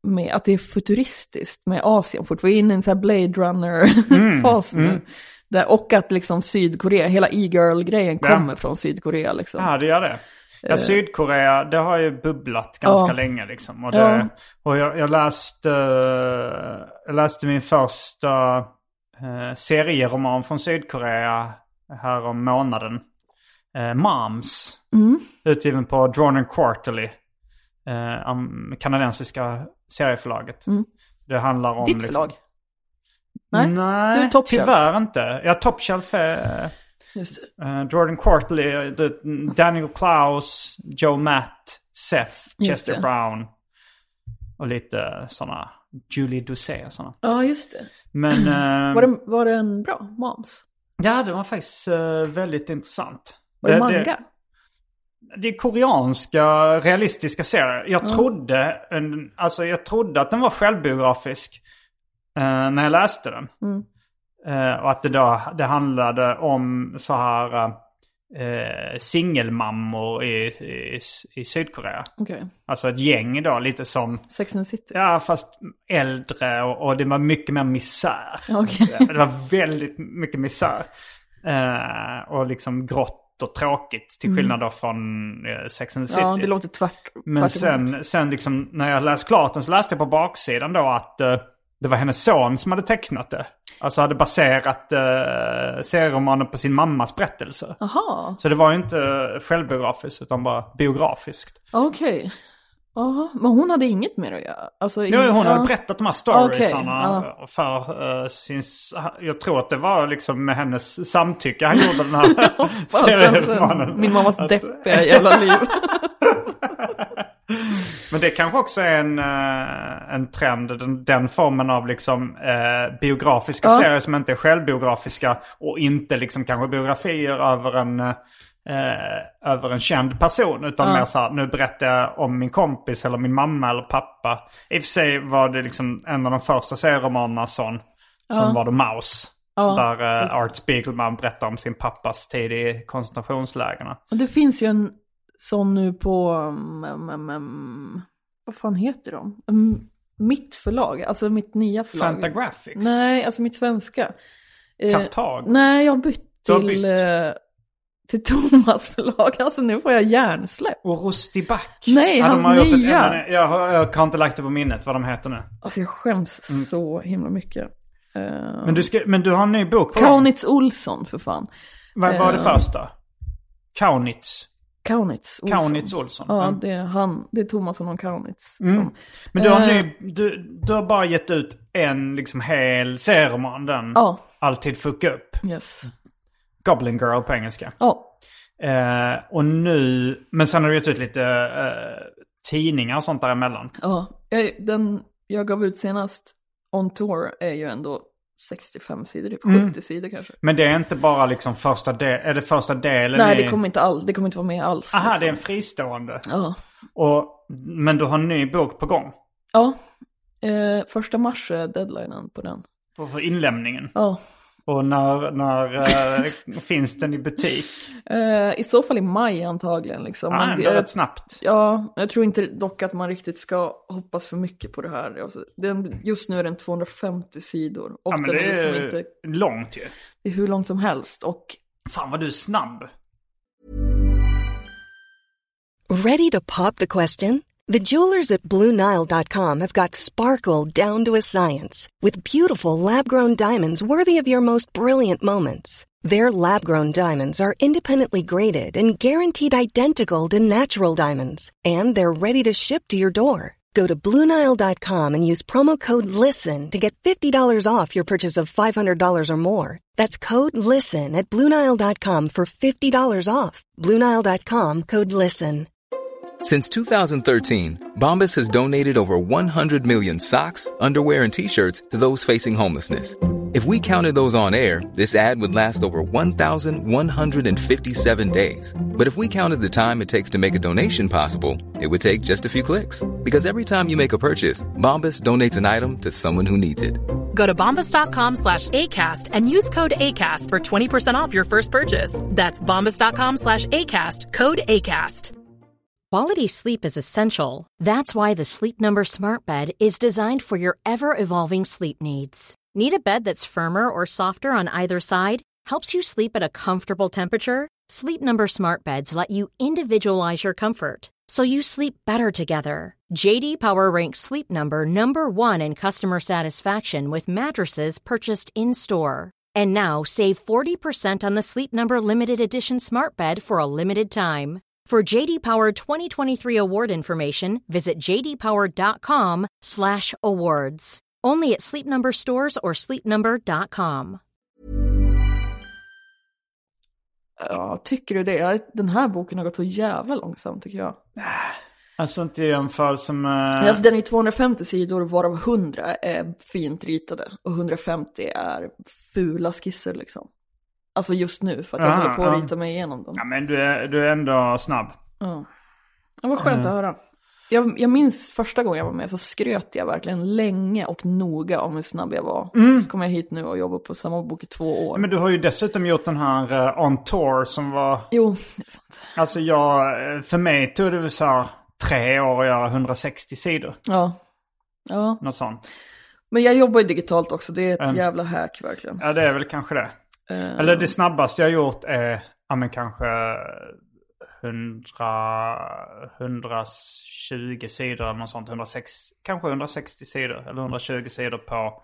med att det är futuristiskt med Asien. Fort vi är inne i en sån här Blade Runner-fas mm, nu. Mm. Där, och att liksom Sydkorea, hela e-girl-grejen ja. kommer från Sydkorea liksom. Ja, det gör det. Ja, Sydkorea, det har ju bubblat ganska ja. länge liksom. Och, det, ja. och jag, jag, läste, jag läste min första eh, serieroman från Sydkorea här om månaden. Eh, Moms. Mm. Utgiven på Drawn and Quarterly. Eh, kanadensiska serieförlaget. Mm. Det handlar om... Ditt förlag? Liksom, nej, nej du tyvärr inte. Ja, Top Shelf är... Just det. Uh, Jordan Quarterly, the, Daniel Klaus, Joe Matt, Seth, Chester Brown och lite sådana, Julie Doucet och sådana. Ja, just det. Men, uh, var, det, var det en bra Moms? Ja, det var faktiskt uh, väldigt intressant. Var det, det manga? Det, det är koreanska realistiska serier. Jag, mm. trodde, en, alltså, jag trodde att den var självbiografisk uh, när jag läste den. Mm. Uh, och att det då det handlade om så här uh, singelmammor i, i, i Sydkorea. Okay. Alltså ett gäng då, lite som... Sex and the City. Ja, fast äldre och, och det var mycket mer misär. Okay. Det var väldigt mycket misär. Uh, och liksom grått och tråkigt till skillnad mm. då från uh, Sex and the City. Ja, det låter tvärt. Men sen, sen liksom när jag läste klart den så läste jag på baksidan då att... Uh, det var hennes son som hade tecknat det. Alltså hade baserat eh, serieromanen på sin mammas berättelse. Aha. Så det var ju inte självbiografiskt utan bara biografiskt. Okej. Okay. Ja, men hon hade inget mer att göra. Alltså, ja, hon ja. hade berättat de här storiesarna okay. ja. för uh, sin... Jag tror att det var liksom med hennes samtycke han gjorde den här serieromanen. Min mammas deppiga jävla liv. Men det kanske också är en, en trend, den, den formen av liksom, eh, biografiska ja. serier som inte är självbiografiska och inte liksom kanske biografier över en, eh, över en känd person. Utan ja. mer så här, nu berättar jag om min kompis eller min mamma eller pappa. I och för sig var det liksom en av de första serieromanerna sån, ja. som var The Mouse. Ja, så där eh, Art Spiegelman berättar om sin pappas tid i koncentrationslägerna. Och det finns ju en... Som nu på, um, um, um, vad fan heter de? Um, mitt förlag, alltså mitt nya förlag. Fantagraphics? Nej, alltså mitt svenska. Kartag? Eh, nej, jag har bytt till, bytt. Eh, till Thomas förlag. Alltså nu får jag hjärnsläpp. Och Rustiback? Nej, ja, hans de nya. Ett, jag, har, jag har inte lagt det på minnet vad de heter nu. Alltså jag skäms mm. så himla mycket. Uh, men, du ska, men du har en ny bok på Kaunitz Olsson för fan. Vad var uh, det första? Kaunitz? Kaunitz Olsson. Kaunitz Olsson. Ja, mm. det är han. Det är Thomasson och Kaunitz. Mm. Som, Men du har, eh, nu, du, du har bara gett ut en liksom hel serieroman, den ja. Alltid fuck upp. Yes. Goblin Girl på engelska. Ja. Eh, och nu, men sen har du gett ut lite eh, tidningar och sånt däremellan. Ja, jag, den jag gav ut senast On Tour är ju ändå sextiofem sidor, typ sjuttio mm. sidor kanske. Men det är inte bara liksom första del, är det första delen? Nej, i... det kommer inte all, det kommer inte vara med alls. Aha, liksom. Det är en fristående. Ja. Och, men du har en ny bok på gång? Ja, eh, första mars är deadlinen på den. För, för inlämningen? Ja. Och när, när äh, finns den i butik? Uh, I så fall i maj antagligen. Liksom. Ja, ändå rätt snabbt. Ja, jag tror inte dock att man riktigt ska hoppas för mycket på det här. Alltså, den, just nu är den tvåhundrafemtio sidor. Och ja, men den det är liksom inte, långt ju. Det är hur långt som helst. Och... Fan vad du är snabb. Ready to pop the question? The jewelers at Blue Nile dot com have got sparkle down to a science with beautiful lab-grown diamonds worthy of your most brilliant moments. Their lab-grown diamonds are independently graded and guaranteed identical to natural diamonds, and they're ready to ship to your door. Go to Blue Nile dot com and use promo code LISTEN to get fifty dollars off your purchase of five hundred dollars or more. That's code LISTEN at Blue Nile dot com for fifty dollars off. Blue Nile dot com, code LISTEN. Since two thousand thirteen, Bombas has donated over one hundred million socks, underwear, and T-shirts to those facing homelessness. If we counted those on air, this ad would last over one thousand one hundred fifty-seven days. But if we counted the time it takes to make a donation possible, it would take just a few clicks. Because every time you make a purchase, Bombas donates an item to someone who needs it. Go to bombas.com slash ACAST and use code ACAST for twenty percent off your first purchase. That's bombas.com slash ACAST, code ACAST. Quality sleep is essential. That's why the Sleep Number Smart Bed is designed for your ever-evolving sleep needs. Need a bed that's firmer or softer on either side? Helps you sleep at a comfortable temperature? Sleep Number Smart Beds let you individualize your comfort, so you sleep better together. J D Power ranks Sleep Number number one in customer satisfaction with mattresses purchased in-store. And now, save forty percent on the Sleep Number Limited Edition Smart Bed for a limited time. For J D Power twenty twenty-three award information, visit jdpower.com slash awards. Only at Sleep Number stores or sleep number dot com. Ja, tycker du det? Den här boken har gått så jävla långsamt, tycker jag. Alltså inte jämförelse med... Alltså den är tvåhundrafemtio sidor, varav hundra är fint ritade. Och hundrafemtio är fula skisser liksom. Alltså just nu, för att jag Aha, håller på att ja. rita mig igenom dem. Ja, men du är, du är ändå snabb. Ja, det var skönt mm. att höra. Jag, jag minns första gången jag var med så skröt jag verkligen länge och noga om hur snabb jag var. Mm. Så kom jag hit nu och jobbar på samma bok i två år. Men du har ju dessutom gjort den här uh, On Tour som var... Jo, det är sant. Alltså jag, för mig tog det väl så här tre år att göra hundrasextio sidor. Ja. Ja. Något sånt. Men jag jobbar ju digitalt också, det är ett mm. jävla hack verkligen. Ja, det är väl kanske det. Uh... Eller det snabbaste jag har gjort är, ja men kanske... hundra, hundratjugo sidor eller något sånt. hundrasex, kanske hundrasextio sidor eller hundratjugo sidor på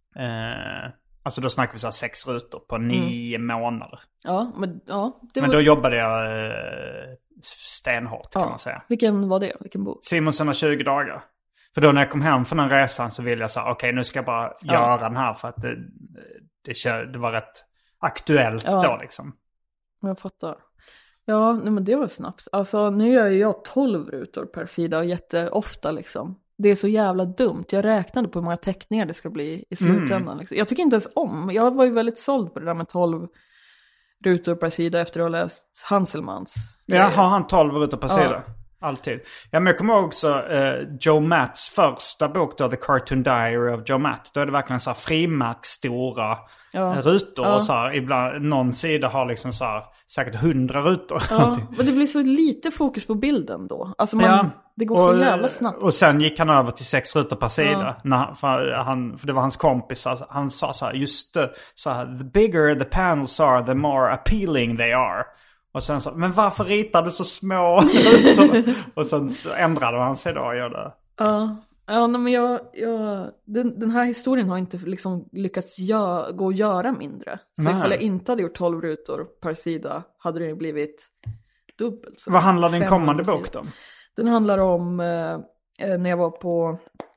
eh, alltså då snackar vi så här sex rutor på nio mm. månader. Ja, men, ja, det men var... då jobbade jag eh, stenhårt ja. kan man säga. Vilken var det? Vilken bok? Simonsson tjugo dagar. För då när jag kom hem från den resan så ville jag säga okej okay, nu ska jag bara ja. göra den här för att det, det, det var rätt aktuellt ja. då liksom. Jag fattar. Ja, nej, men det var snabbt. Alltså nu gör jag tolv rutor per sida jätteofta liksom. Det är så jävla dumt. Jag räknade på hur många teckningar det ska bli i slutändan. Mm. Liksom. Jag tycker inte ens om. Jag var ju väldigt såld på det där med tolv rutor per sida efter att ha läst Hanselmans. Ja, har han tolv rutor per sida? Ja. Alltid. Ja, men jag kommer ihåg också eh, Joe Matts första bok då, The Cartoon Diary of Joe Matt. Då är det verkligen så här frimärksstora ja. rutor ja. och så här, ibland någon sida har liksom så här säkert hundra rutor. Ja, men det blir så lite fokus på bilden då. Alltså man, ja. det går och, så jävla snabbt. Och sen gick han över till sex rutor per sida. Ja. När, för, han, för det var hans kompis. Alltså, han sa så här, just det, så här, the bigger the panels are, the more appealing they are. Och sen så, men varför ritar du så små rutor? Och sen så ändrade han sig då och gör det. Ja. Ja, men jag, jag, den, den här historien har inte liksom lyckats gö, gå och göra mindre. Så Nej. ifall jag inte hade gjort tolv rutor per sida hade det blivit dubbelt. Så vad handlar din kommande bok då? Den handlar om eh, när jag var på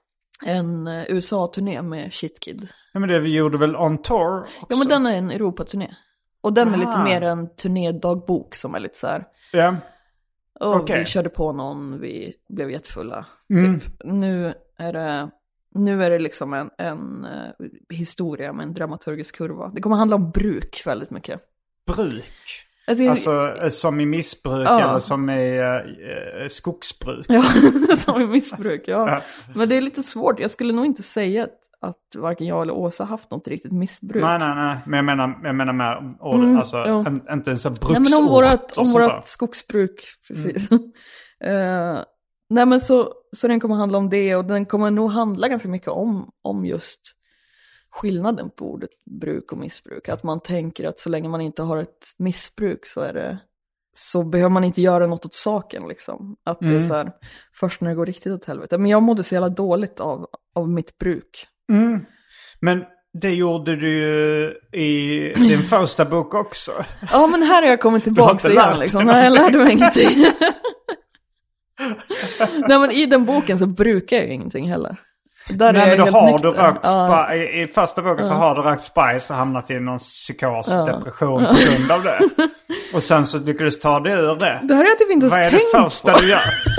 en eh, U S A-turné med Shit Kid. Ja, men det vi gjorde väl On Tour också? Ja, men den är en Europa-turné. Och den Aha. är lite mer en turnédagbok som är lite så här... Ja. Och okay. vi körde på någon, vi blev jättefulla. Mm. Typ. Nu är det nu är det liksom en, en uh, historia med en dramaturgisk kurva. Det kommer handla om bruk väldigt mycket. Bruk? Alltså, alltså som i missbruk ja. eller som i uh, skogsbruk? Ja, som i missbruk, ja. ja. Men det är lite svårt. Jag skulle nog inte säga att, att varken jag eller Åsa haft något riktigt missbruk. Nej, nej, nej. Men jag menar, jag menar med ord, mm, alltså ja. en, inte ens en bruksort. Nej, men om vårat, om vårat skogsbruk, precis. Mm. uh, nej, men så, så den kommer handla om det och den kommer nog handla ganska mycket om, om just skillnaden på ordet bruk och missbruk. Att man tänker att så länge man inte har ett missbruk så är det så behöver man inte göra något åt saken liksom. Att mm. det är så här, först när det går riktigt åt helvete. Men jag mådde så jävla dåligt av, av mitt bruk. Mm. Men det gjorde du ju i din första bok också. Ja, men här har jag kommit tillbaka igen liksom. Nej, jag lärde mig ingenting. Nej, men i den boken så brukar jag ju ingenting heller. Där Nej, är men då har nykter. du rökt ja. spa- i, i första boken ja. så har du rökt spice och hamnat i någon psykos, ja. depression på grund av det. Och sen så lyckades du ta det ur det. Det här har jag typ inte ens tänkt på. Vad är det första du gör?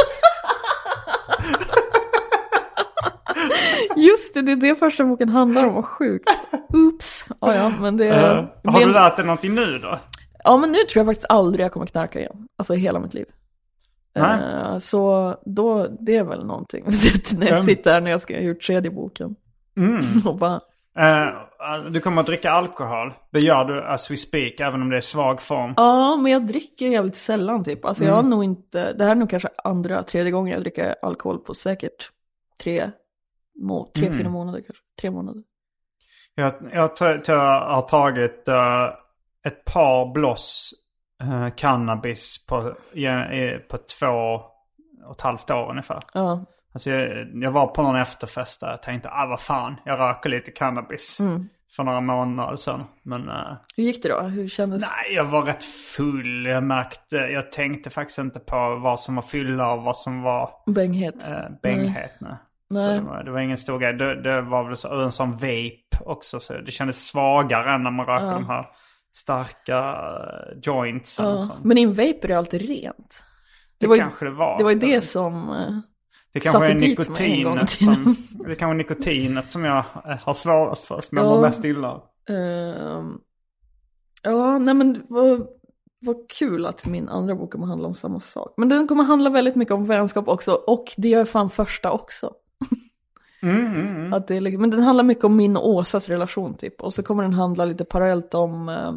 Just det, det är det första boken handlar om. Vad sjukt. Oops. Ja, ja, men det är... Uh, har du lärt dig någonting nu då? Ja, men nu tror jag faktiskt aldrig jag kommer knarka igen. Alltså i hela mitt liv. Uh, så då, det är väl någonting. När jag sitter här när jag ska ha gjort tredje boken. Mm. Och bara... Uh, du kommer att dricka alkohol. Det gör du as we speak, även om det är svag form. Ja, men jag dricker jävligt sällan typ. Alltså mm. jag har nog inte, det här är nog kanske andra, tredje gången jag dricker alkohol på säkert tre, må, tre mm. fyra månader kanske. Tre månader. Jag, jag, t- t- har tagit uh, ett par bloss uh, cannabis på, uh, på två och ett halvt år ungefär. Ja. Alltså jag, jag var på någon efterfest där och tänkte, ah vad fan, jag röker lite cannabis mm. för några månader sedan. Men, uh, hur gick det då? Hur kändes? Nej, jag var rätt full. Jag märkte, jag tänkte faktiskt inte på vad som var fylla och vad som var bänghet. Uh, bänghet, nej. nej. Så det var, det var ingen stor grej. Det, det var väl så, en sån vape också. Så det kändes svagare än när man röker ja. de här starka uh, joints. Ja. Men in vape är det alltid rent. Det, det var kanske det var. Det var ju det som... Uh... Det kanske är nikotinet som, det kan vara nikotinet som jag har svårast för, som jag mår mest illa av. Uh, ja, nej men vad, vad kul att min andra bok kommer handla om samma sak. Men den kommer handla väldigt mycket om vänskap också, och det gör fan första också. Mm, mm, mm. Att det är, men den handlar mycket om min och Åsas relation typ. Och så kommer den handla lite parallellt om, uh,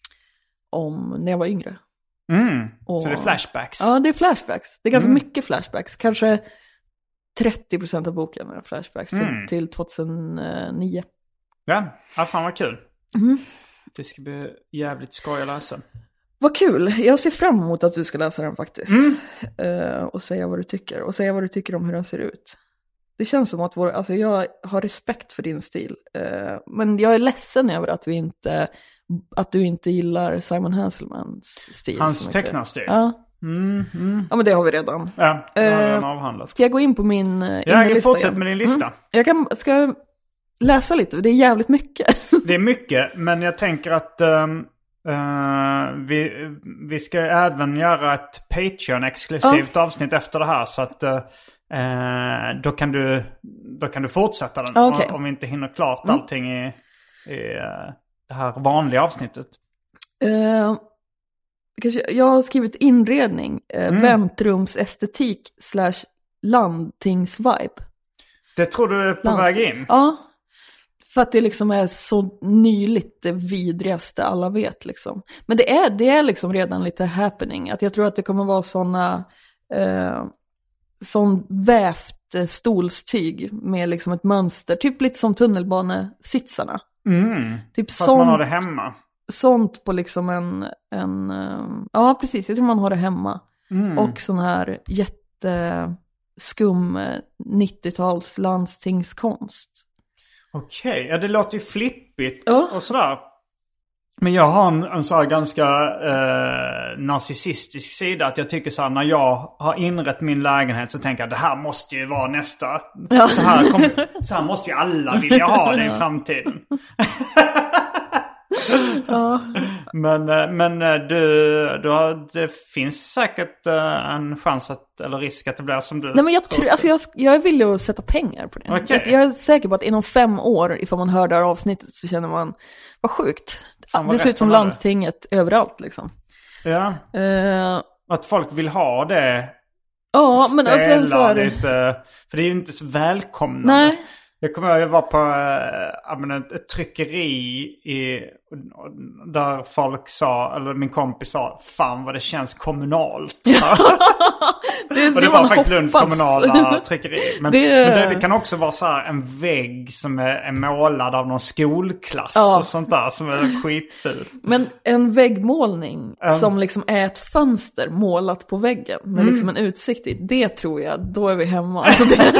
om när jag var yngre. Mm, och, så det är flashbacks. Ja, det är flashbacks. Det är ganska mm. mycket flashbacks. Kanske trettio procent av boken är flashbacks mm. till, till tjugohundranio. Ja, ja fan vad kul. Mm. Det ska bli jävligt skoj att läsa. Vad kul. Jag ser fram emot att du ska läsa den faktiskt. Mm. Uh, och säga vad du tycker. Och säga vad du tycker om hur den ser ut. Det känns som att vår, alltså jag har respekt för din stil. Uh, men jag är ledsen över att vi inte... Att du inte gillar Simon Hasselmans stil. Hans tecknarstil. Ja. Mm, mm. Ja, men det har vi redan. Ja, det har vi redan uh, avhandlat. Ska jag gå in på min uh, Ja, jag fortsätter med din lista. Mm. Jag kan, ska jag läsa lite? Det är jävligt mycket. Det är mycket, men jag tänker att um, uh, vi, vi ska även göra ett Patreon-exklusivt ja. avsnitt efter det här. Så att uh, då, kan du, då kan du fortsätta den. Okay. Om vi inte hinner klart allting i, i uh, det här vanliga avsnittet. Uh, jag har skrivit inredning. Uh, mm. Väntrumsestetik slash landtingsvibe. Det tror du är på Landsting. väg in? Ja. För att det liksom är så nyligt det vidrigaste alla vet liksom. Men det är, det är liksom redan lite happening. Att jag tror att det kommer vara såna uh, sån vävt stolstyg med liksom ett mönster. Typ lite som tunnelbanesitsarna. Mm. Typ så sånt, att man har det hemma. Sånt på liksom en, en um, ja precis, jag tror man har det hemma. Mm. Och sån här jätteskum nittio-tals landstingskonst. Okej, okay. Ja det låter ju flippigt ja. och sådär. Men jag har en, en så här ganska eh, narcissistisk sida. Att jag tycker så här, när jag har inrett min lägenhet så tänker jag det här måste ju vara nästa. Ja. Så, här kom, så här måste ju alla vilja ha det i framtiden. Ja. Men, men du, du har, det finns säkert en chans att, eller risk att det blir som du. Nej, men jag, tror, alltså jag, jag vill ju sätta pengar på det. Okay. Jag är säker på att inom fem år, ifall man hör det här avsnittet, så känner man, vad sjukt. Fan, vad det ser ut som landstinget det. Överallt liksom. Ja. Uh, att folk vill ha det. Ja, men och sen så är det... lite, för det är ju inte så välkomnande. Nej. Jag kommer ihåg att jag var på äh, ett, ett tryckeri i, där folk sa, eller min kompis sa, fan vad det känns kommunalt. Ja. det, och det, det var faktiskt Lunds kommunala tryckeri. Men det... men det, det kan också vara så här en vägg som är, är målad av någon skolklass ja. och sånt där som är skitful. Men en väggmålning um... som liksom är ett fönster målat på väggen med mm. liksom en utsikt i, det tror jag, då är vi hemma. Alltså det...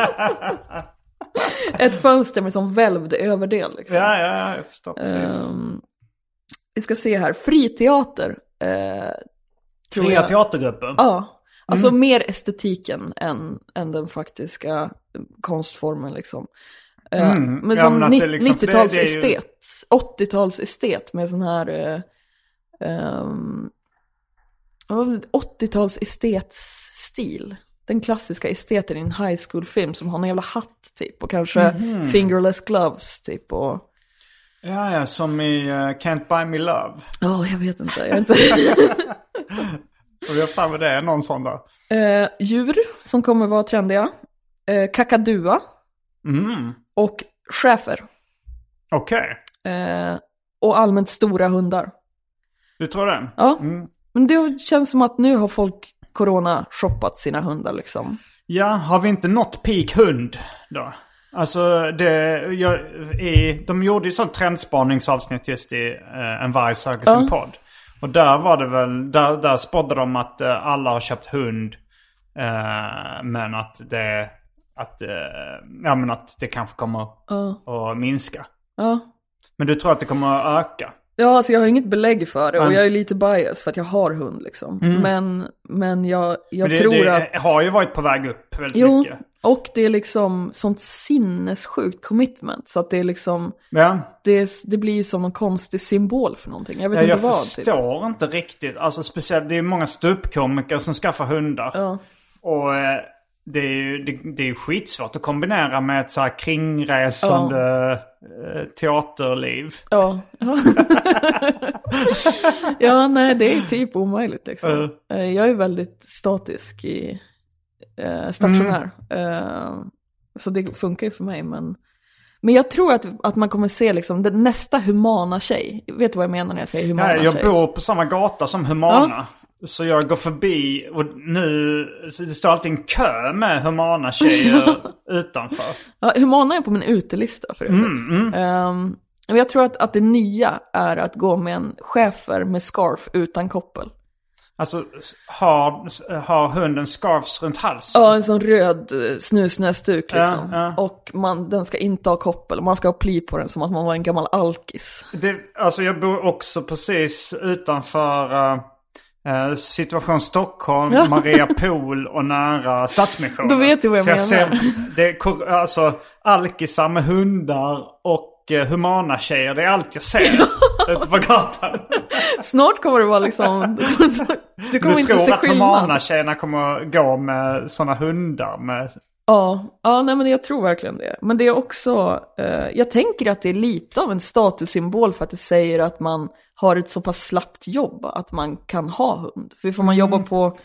Ett fönster med sån välvd överdel liksom. Ja, ja, jag förstår precis. Um, vi ska se här. Friteater. Uh, Fria jag... teatergrupper? Ja. Alltså mm. mer estetiken än, än den faktiska konstformen liksom. Uh, mm. Men ja, som ni- liksom, nittio-tals det, det estet. Ju... åttio-tals estet med sån här... Uh, um, åttio-tals estetsstil. Den klassiska esteten i en high school film som har en jävla hatt typ. Och kanske mm-hmm. fingerless gloves typ. Och... Ja, ja, som i uh, Can't Buy Me Love. Ja, oh, jag vet inte. Jag är inte... Och jag fan vad det är, någon sån där. Uh, djur som kommer vara trendiga. Uh, kakadua. Mm. Och schäfer. Okej. Okay. Eh, och allmänt stora hundar. Du tror det? Ja. Mm. Men det känns som att nu har folk corona-shoppat sina hundar liksom. Ja, har vi inte nått peak hund då? Alltså, det, jag, i, de gjorde ju sånt trendspaningsavsnitt just i eh, En varg söker sin ja. podd. Och där var det väl, där, där spådde de att eh, alla har köpt hund. Eh, men att det, att, eh, ja, men att det kanske kommer ja. att minska. Ja. Men du tror att det kommer att öka? Ja, alltså jag har inget belägg för det. Och jag är lite bias för att jag har hund liksom. Mm. Men, men jag, jag men det, tror det att... Det har ju varit på väg upp väldigt jo, mycket. Och det är liksom sånt sinnessjukt commitment. Så att det är liksom... Ja. Det, det blir ju som en konstig symbol för någonting. Jag vet ja, inte jag vad. Jag förstår typ. inte riktigt. Alltså speciellt, det är många ståuppkomiker som skaffar hundar. Ja. Och... Eh, Det är ju det, det är skitsvårt att kombinera med ett så här kringresande ja. teaterliv. Ja. Ja, nej, det är typ omöjligt liksom. Uh. Jag är väldigt statisk i eh, stationär. Mm. Eh, så det funkar ju för mig. Men, men jag tror att, att man kommer se liksom den nästa humana tjej. Vet du vad jag menar när jag säger humana ja, jag tjej? Jag bor på samma gata som humana. Ja. Så jag går förbi och nu så det står alltid en kö med humana tjejer utanför. Ja, humana är på min utelista för övrigt. Mm, mm. Um, jag tror att, att det nya är att gå med en schäfer med scarf utan koppel. Alltså har, har hunden scarfs runt halsen? Ja, en sån röd snusnäsduk liksom. Ja, ja. Och man, den ska inte ha koppel. Man ska ha pli på den som att man var en gammal alkis. Det, alltså jag bor också precis utanför... Uh... Uh, situation Stockholm, ja. Maria Pool och nära Stadsmissionen. Då vet du vad jag så menar. Jag ser, det är alltså alkisar med hundar och uh, humana tjejer. Det är allt jag ser ute på gatan. Snart kommer det vara liksom... Du kommer du inte tror se att skillnad. humana tjejerna kommer gå med såna hundar med... Ja, ja nej, men jag tror verkligen det. Men det är också, eh, jag tänker att det är lite av en statussymbol för att det säger att man har ett så pass slappt jobb att man kan ha hund. För får man jobba mm. på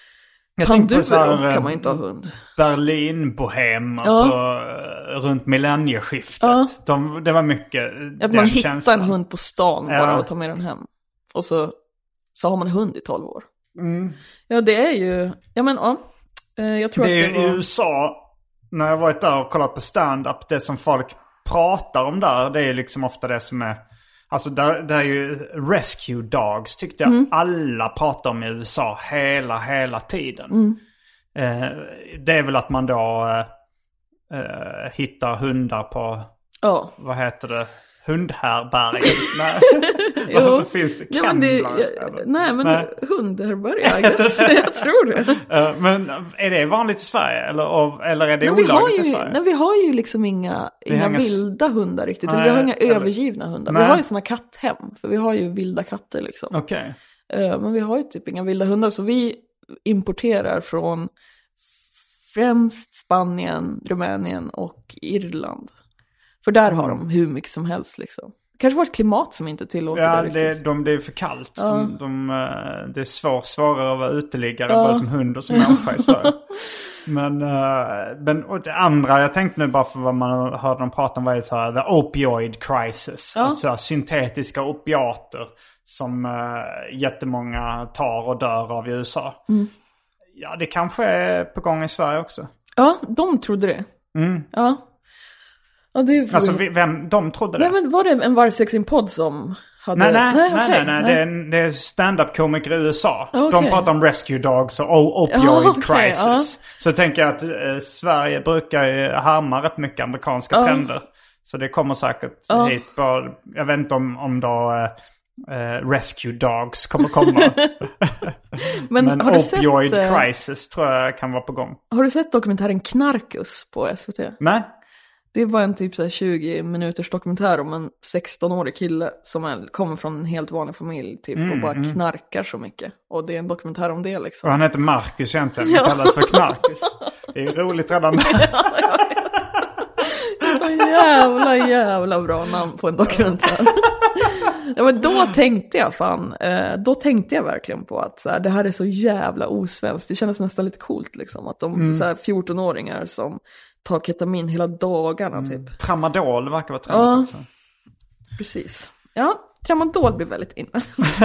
Panduro kan man inte ha hund. Berlin-bohem ja. på, runt millennieskiftet. Ja. De, det var mycket att man hittar känslan. En hund på stan bara ja. och tar med den hem. Och så, så har man hund i tolv år. Mm. Ja, det är ju, ja men ja. Jag tror det är att det ju var... i U S A, när jag varit där och kollat på stand-up, det som folk pratar om där, det är liksom ofta det som är, alltså där, där är ju rescue dogs tyckte jag mm. alla pratar om i U S A hela, hela tiden. Mm. Eh, det är väl att man då eh, hittar hundar på, oh. vad heter det? Hundhärberg. Nej. Jo. Det finns ja, men det, jag, nej, men nej. Hundhärberg, jag tror det. Men är det vanligt i Sverige? Eller, eller är det nej, olagligt ju, i Sverige? Nej, vi har ju liksom inga, inga inga vilda hundar riktigt. Nej, vi har inga eller... övergivna hundar. Nej. Vi har ju såna katthem. För vi har ju vilda katter liksom. Okej. Okay. Men vi har ju typ inga vilda hundar. Så vi importerar från främst Spanien, Rumänien och Irland. För där har de hur mycket som helst liksom. Kanske var ett klimat som inte tillåter ja, det riktigt. Ja, de, det är för kallt. Ja. De, de, det är svår, svårare att vara uteliggare ja. Både som hund och som människa i Sverige. Men, men och det andra jag tänkte nu bara för vad man hörde dem prata om var så här, the opioid crisis. Ja. Alltså syntetiska opiater som uh, jättemånga tar och dör av i U S A. Mm. Ja, det kanske är på gång i Sverige också. Ja, de trodde det. Mm. Ja. Ja, det alltså vem, de trodde det? Nej, men var det en vargsex-podd som hade... Nej, nej, nej, nej, nej, nej. nej. Det, är, det är stand-up-komiker i U S A. Okay. De pratar om rescue dogs och opioid ja, okay, crisis. ja. Så jag tänker att eh, Sverige brukar ju härma rätt mycket amerikanska ja. trender. Så det kommer säkert ja. hit. Bara, jag vet inte om, om då eh, rescue dogs kommer komma. Men, Men har opioid du sett, crisis tror jag kan vara på gång. Har du sett dokumentären Knarkus på S V T? Nej. Det var en typ så här tjugo minuters dokumentär om en sexton-årig kille som är, kommer från en helt vanlig familj typ mm, och bara mm. knarkar så mycket. Och det är en dokumentär om det liksom. Och han heter Marcus egentligen, ja. kallas för Knarkus. Det är ju roligt redan. Så jävla jävla bra namn på en dokumentär. Ja, men då tänkte jag fan, eh, då tänkte jag verkligen på att så här, det här är så jävla osvenskt. Det kändes nästan lite coolt liksom att de mm. så här, fjorton-åringar som tar ketamin hela dagarna typ. Tramadol verkar vara trevligt ja. också. Precis. Ja, tramadol blir väldigt inne.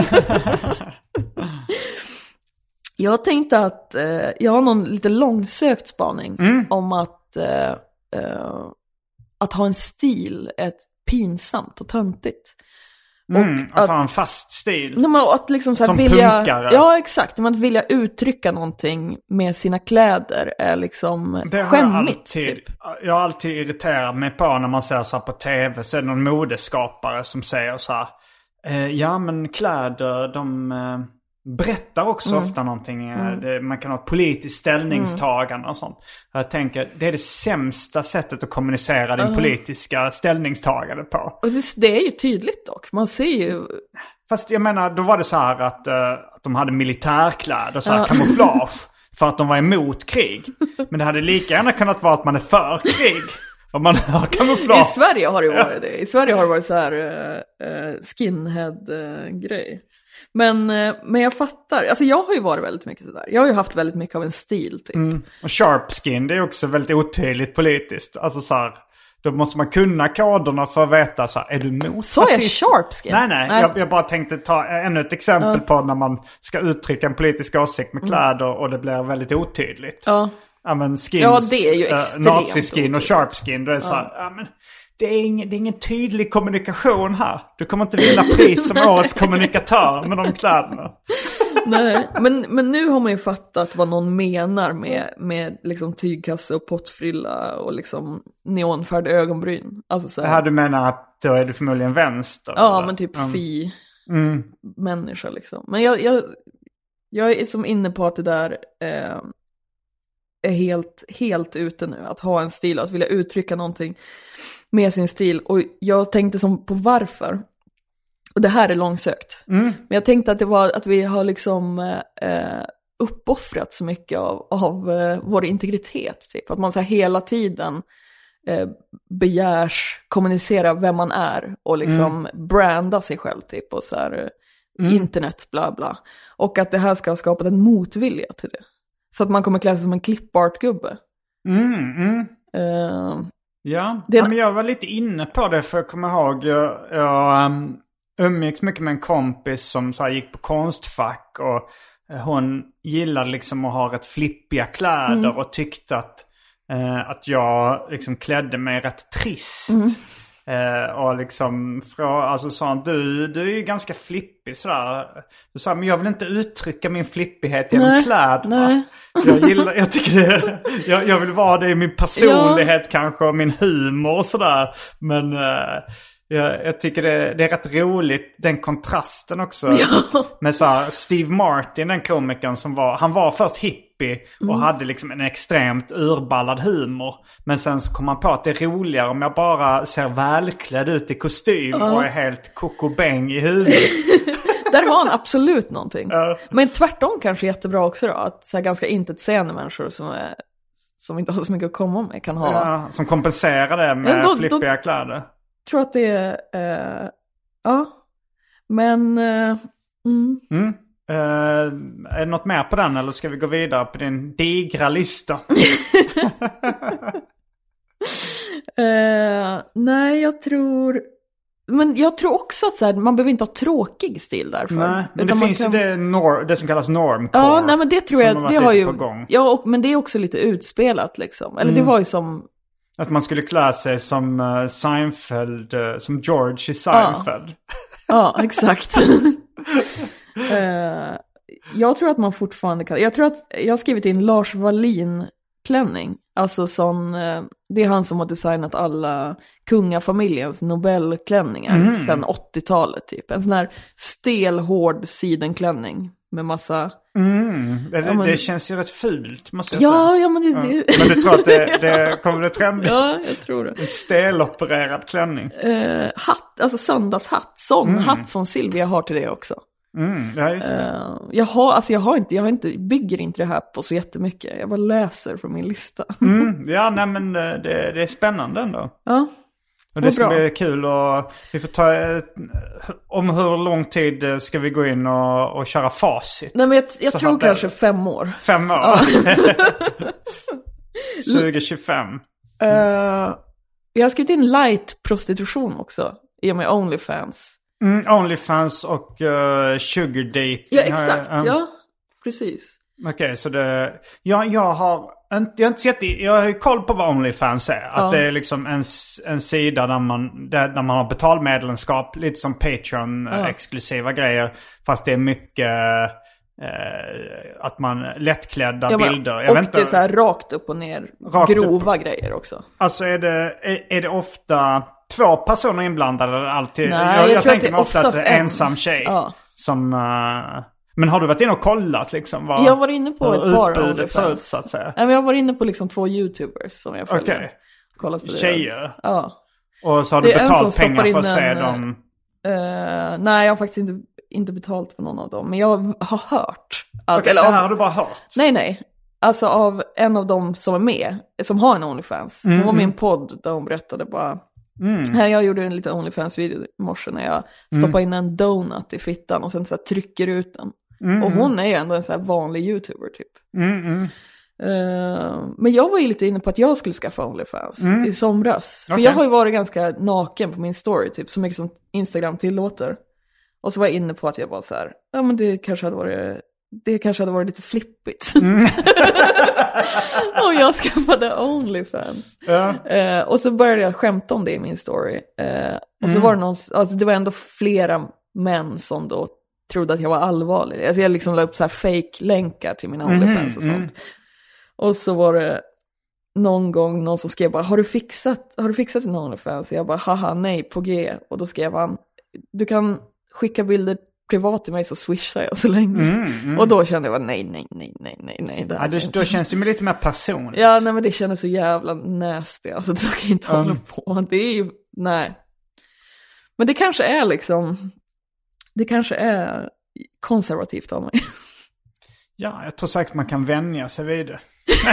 Jag tänkte att eh, jag har någon lite långsökt spaning mm. om att eh, eh, att ha en stil är pinsamt och töntigt. Mm, att, att ha en fast stil. Nej, men att liksom så här som vilja, punkare. Ja, exakt. Att vilja uttrycka någonting med sina kläder är liksom det skämmigt. Jag, alltid, typ. jag har alltid irriterat mig på när man ser så här på tv. Så är det någon modeskapare som säger så här. Eh, ja, men kläder, de eh, berättar också mm. ofta någonting. Mm. Det, man kan ha ett politiskt ställningstagande mm. och sånt. Jag tänker, det är det sämsta sättet att kommunicera din mm. politiska ställningstagande på. Och det, det är ju tydligt dock. Man ser ju... Fast jag menar, då var det så här att, uh, att de hade militärkläder, så här ja. kamouflage, för att de var emot krig. Men det hade lika gärna kunnat vara att man är för krig. Om man har kamouflage. I Sverige har det varit det. I Sverige har det varit så här uh, skinhead-grej. Uh, Men, men jag fattar, alltså jag har ju varit väldigt mycket sådär. Jag har ju haft väldigt mycket av en stil typ. Mm. Och sharp skin, det är också väldigt otydligt politiskt. Alltså så här, då måste man kunna koderna för att veta så här, är du mot Så är sharp skin? Nej, nej, nej. Jag, jag bara tänkte ta ännu ett exempel ja. på när man ska uttrycka en politisk åsikt med kläder mm. och det blir väldigt otydligt. Ja. Ja, men skins, ja, det är ju extremt uh, nazi-skin och sharp skin, då är det så här, ja. ja men... Det är, ingen, det är ingen tydlig kommunikation här. Du kommer inte vinna pris som årets kommunikatör med de kläderna. Nej, men, men nu har man ju fattat vad någon menar med, med liksom tygkasse och pottfrilla och liksom neonfärd ögonbryn. Alltså så här. Det här du menar att då är du förmodligen vänster? Ja, eller? men typ mm. fi mm. människa liksom. Men jag, jag, jag är som inne på att det där eh, är helt, helt ute nu. Att ha en stil och att vilja uttrycka någonting med sin stil. Och jag tänkte som på varför. Och det här är långsökt. Mm. Men jag tänkte att det var att vi har liksom eh, uppoffrat så mycket av, av eh, vår integritet. Typ. Att man så här hela tiden eh, begärs kommunicera vem man är. Och liksom mm. branda sig själv typ. Och så här mm. internet bla bla. Och att det här ska ha skapat en motvilja till det. Så att man kommer klä sig som en clipart-gubbe. Mm, mm. Eh, Ja, ja men jag var lite inne på det, för jag kommer ihåg jag, jag um, umgicks mycket med en kompis som så här, gick på konstfack och uh, hon gillade liksom att ha rätt flippiga kläder mm. och tyckte att, uh, att jag liksom klädde mig rätt trist. Mm. Uh, och liksom fra, alltså sa du, du är ju ganska flippig sådär. Du sa, men jag vill inte uttrycka min flippighet genom kläderna. Jag gillar, jag tycker det, jag, jag vill vara det i min personlighet ja. kanske och min humor och sådär. Men uh, jag, jag tycker det, det är rätt roligt, den kontrasten också. Ja. Med så här, Steve Martin, den komikern som var, han var först hippie och mm. hade liksom en extremt urballad humor. Men sen så kom man på att det är roligare om jag bara ser välklädd ut i kostym uh. och är helt kokobäng i huvudet. Där har han absolut någonting. Uh. Men tvärtom kanske jättebra också då. Att så här ganska intetsägande människor som, är, som inte har så mycket att komma med kan ha... Ja, som kompenserar det med ja, då, flippiga då, kläder. Jag tror att det är... Uh, ja, men... Uh, mm. Mm. Uh, är det något mer på den eller ska vi gå vidare på din digra lista? uh, nej, jag tror... Men jag tror också att så här, man behöver inte ha tråkig stil därför. Nej, men det finns kan... ju det, nor- det som kallas normcore. Ja, nej, men det tror jag, det har ju... Ja, och, men det är också lite utspelat liksom. Eller mm. det var ju som... Att man skulle klä sig som uh, Seinfeld, uh, som George i Seinfeld. Ja, ja exakt. uh, jag tror att man fortfarande kan... Jag tror att jag har skrivit in Lars Wallin klänning. Alltså sån, det är han som har designat alla kungafamiljens Nobelklänningar mm. sedan åttiotalet typ. En sån här stelhård sidenklänning med massa... Mm. Det, ja, men... det känns ju rätt fult, måste jag ja, säga. Ja, men det... Ja. det... Men du tror att det, det kommer att trenda? Ja, jag tror det. En stelopererad klänning. Uh, hatt, alltså söndagshatt. Sån mm. hatt som Silvia har till det också. Mm, ja, just det. Uh, jag har, alltså jag har inte, jag har inte, bygger inte det här på så jättemycket. Jag bara läser från min lista. mm, ja, nej men det, det är spännande ändå. Ja. Och det ska bra. Bli kul och vi får ta om hur lång tid ska vi gå in och, och köra facit. Nej men jag, jag tror kanske det. fem år. Fem år? Ja. tjugo tjugofem. Uh, jag har skrivit in light prostitution också. i och med OnlyFans. Mm, OnlyFans och uh, sugar dating. Ja, exakt. Um, ja, precis. Okej, okay, så det... Ja, jag har inte, jag har inte sett... Jag har ju koll på vad OnlyFans är. Ja. Att det är liksom en, en sida där man, där, där man har betalmedlemskap. Lite som Patreon-exklusiva ja. grejer. Fast det är mycket... Eh, att man lättklädda ja, men, bilder. Jag och vet inte, det är så här rakt upp och ner. Grova upp. grejer också. Alltså är det, är, är det ofta två personer inblandade alltid? Nej, jag, jag, jag tänker mig ofta att det är en en ensam tjej. Ja. Som... Uh, men har du varit inne och kollat liksom? Vad, jag var inne på ett par OnlyFans. Så att säga. Ja, men jag var inne på liksom två YouTubers som jag följer. Okay. Kollat på det. Tjejer? Ja. Och så har du betalt pengar för att se en, dem? Uh, nej, jag har faktiskt inte, inte betalt för någon av dem. Men jag har hört. Att, okay, eller det här av, har du bara hört? Nej, nej. Alltså av en av dem som är med, som har en OnlyFans. Hon mm. var med i en podd där hon berättade bara... Mm. Här jag gjorde en liten OnlyFans-video i morse när jag stoppade mm. in en donut i fittan och sen så här trycker ut den. Mm. Och hon är ju ändå en så här vanlig YouTuber typ. Mm, mm. Uh, men jag var ju lite inne på att jag skulle skaffa OnlyFans mm. i somras. För okay. jag har ju varit ganska naken på min story typ, så mycket som Instagram tillåter. Och så var jag inne på att jag bara så här, ja men det kanske hade varit, det kanske hade varit lite flippigt. Mm. Och jag skaffade OnlyFans. Ja. Uh, och så började jag skämta om det i min story. Uh, och så mm. var det någon, alltså det var ändå flera män som då trodde att jag var allvarlig. Alltså jag liksom la upp så här fake-länkar till mina OnlyFans och sånt. Mm. Och så var det någon gång någon som skrev bara, har du fixat, har du fixat en OnlyFans? Och jag bara, haha, nej, på G. Och då skrev han, du kan skicka bilder privat till mig så swishar jag så länge. Mm, mm. Och då kände jag bara, nej, nej, nej, nej, nej, nej. Ja, då, då känns det med lite mer personligt. Ja, nej, men det kändes så jävla nasty. Alltså, det kan jag inte um. hålla på. Det är ju, nej. Men det kanske är liksom, det kanske är konservativt av mig. Ja, jag tror säkert man kan vänja sig vid det.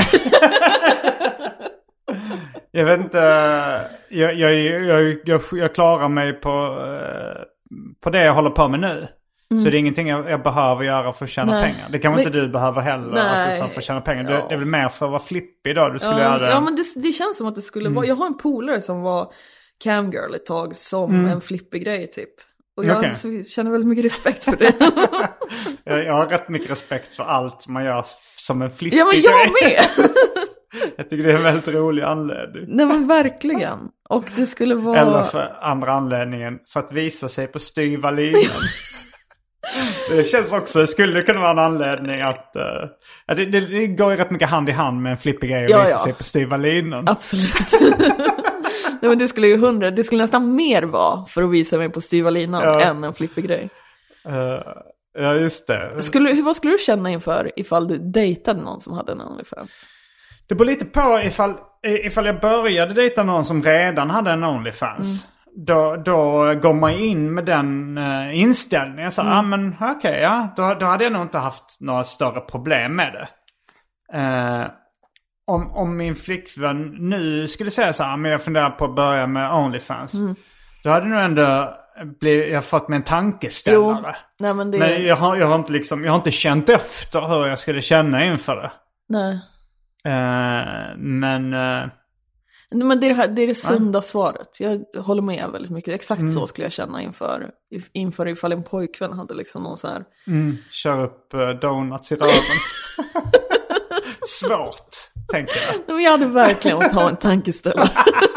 Jag vet inte, jag, jag, jag, jag, jag klarar mig på, på det jag håller på med nu. Mm. Så det är ingenting jag, jag behöver göra för att tjäna nej. pengar. Det kanske men, inte du behöver heller, alltså, som för att tjäna pengar. Ja. Det, det är väl mer för att vara flippig då du skulle ja, göra det. Ja, men det, det känns som att det skulle mm. vara, jag har en polare som var camgirl ett tag som mm. en flippig grej typ. Och jag okay. känner väldigt mycket respekt för det. Jag har rätt mycket respekt för allt man gör som en flippig ja, men jag med! Jag tycker det är en väldigt rolig anledning. Nej, men verkligen. Och det skulle vara... Eller för andra anledningen, för att visa sig på styva linan. Det känns också, det skulle kunna vara en anledning att... Uh, det, det, det går ju rätt mycket hand i hand med en flippig grej att ja, visa ja. sig på styva linan. Absolut. Nej, men det skulle ju hundra, det skulle nästan mer vara för att visa mig på styva linan ja. än en flippig grej. Uh, ja, just det. Skulle, hur, vad skulle du känna inför ifall du dejtade någon som hade en OnlyFans? Det beror lite på ifall, ifall jag började dejta någon som redan hade en OnlyFans. Mm. Då, då går man in med den uh, inställningen. Så, mm. ah, men okej, okay, ja. Då, då hade jag nog inte haft några större problem med det. Uh, Om, om min flickvän nu skulle säga så här, men jag funderar på att börja med OnlyFans. Mm. Då hade nog ändå blivit, jag har fått mig en tankeställare. Jo, nej, men det... men jag har, jag har inte liksom, jag har inte känt efter hur jag skulle känna inför det. Nej. Uh, men... Uh... Men det är det, här, det är det sunda ja. svaret. Jag håller med väldigt mycket. Exakt mm. så skulle jag känna inför, inför ifall en pojkvän hade liksom någon så här... Mm, kör upp uh, donuts i röven. Svårt, tänker jag. Men jag hade verkligen att ta en tankeställare.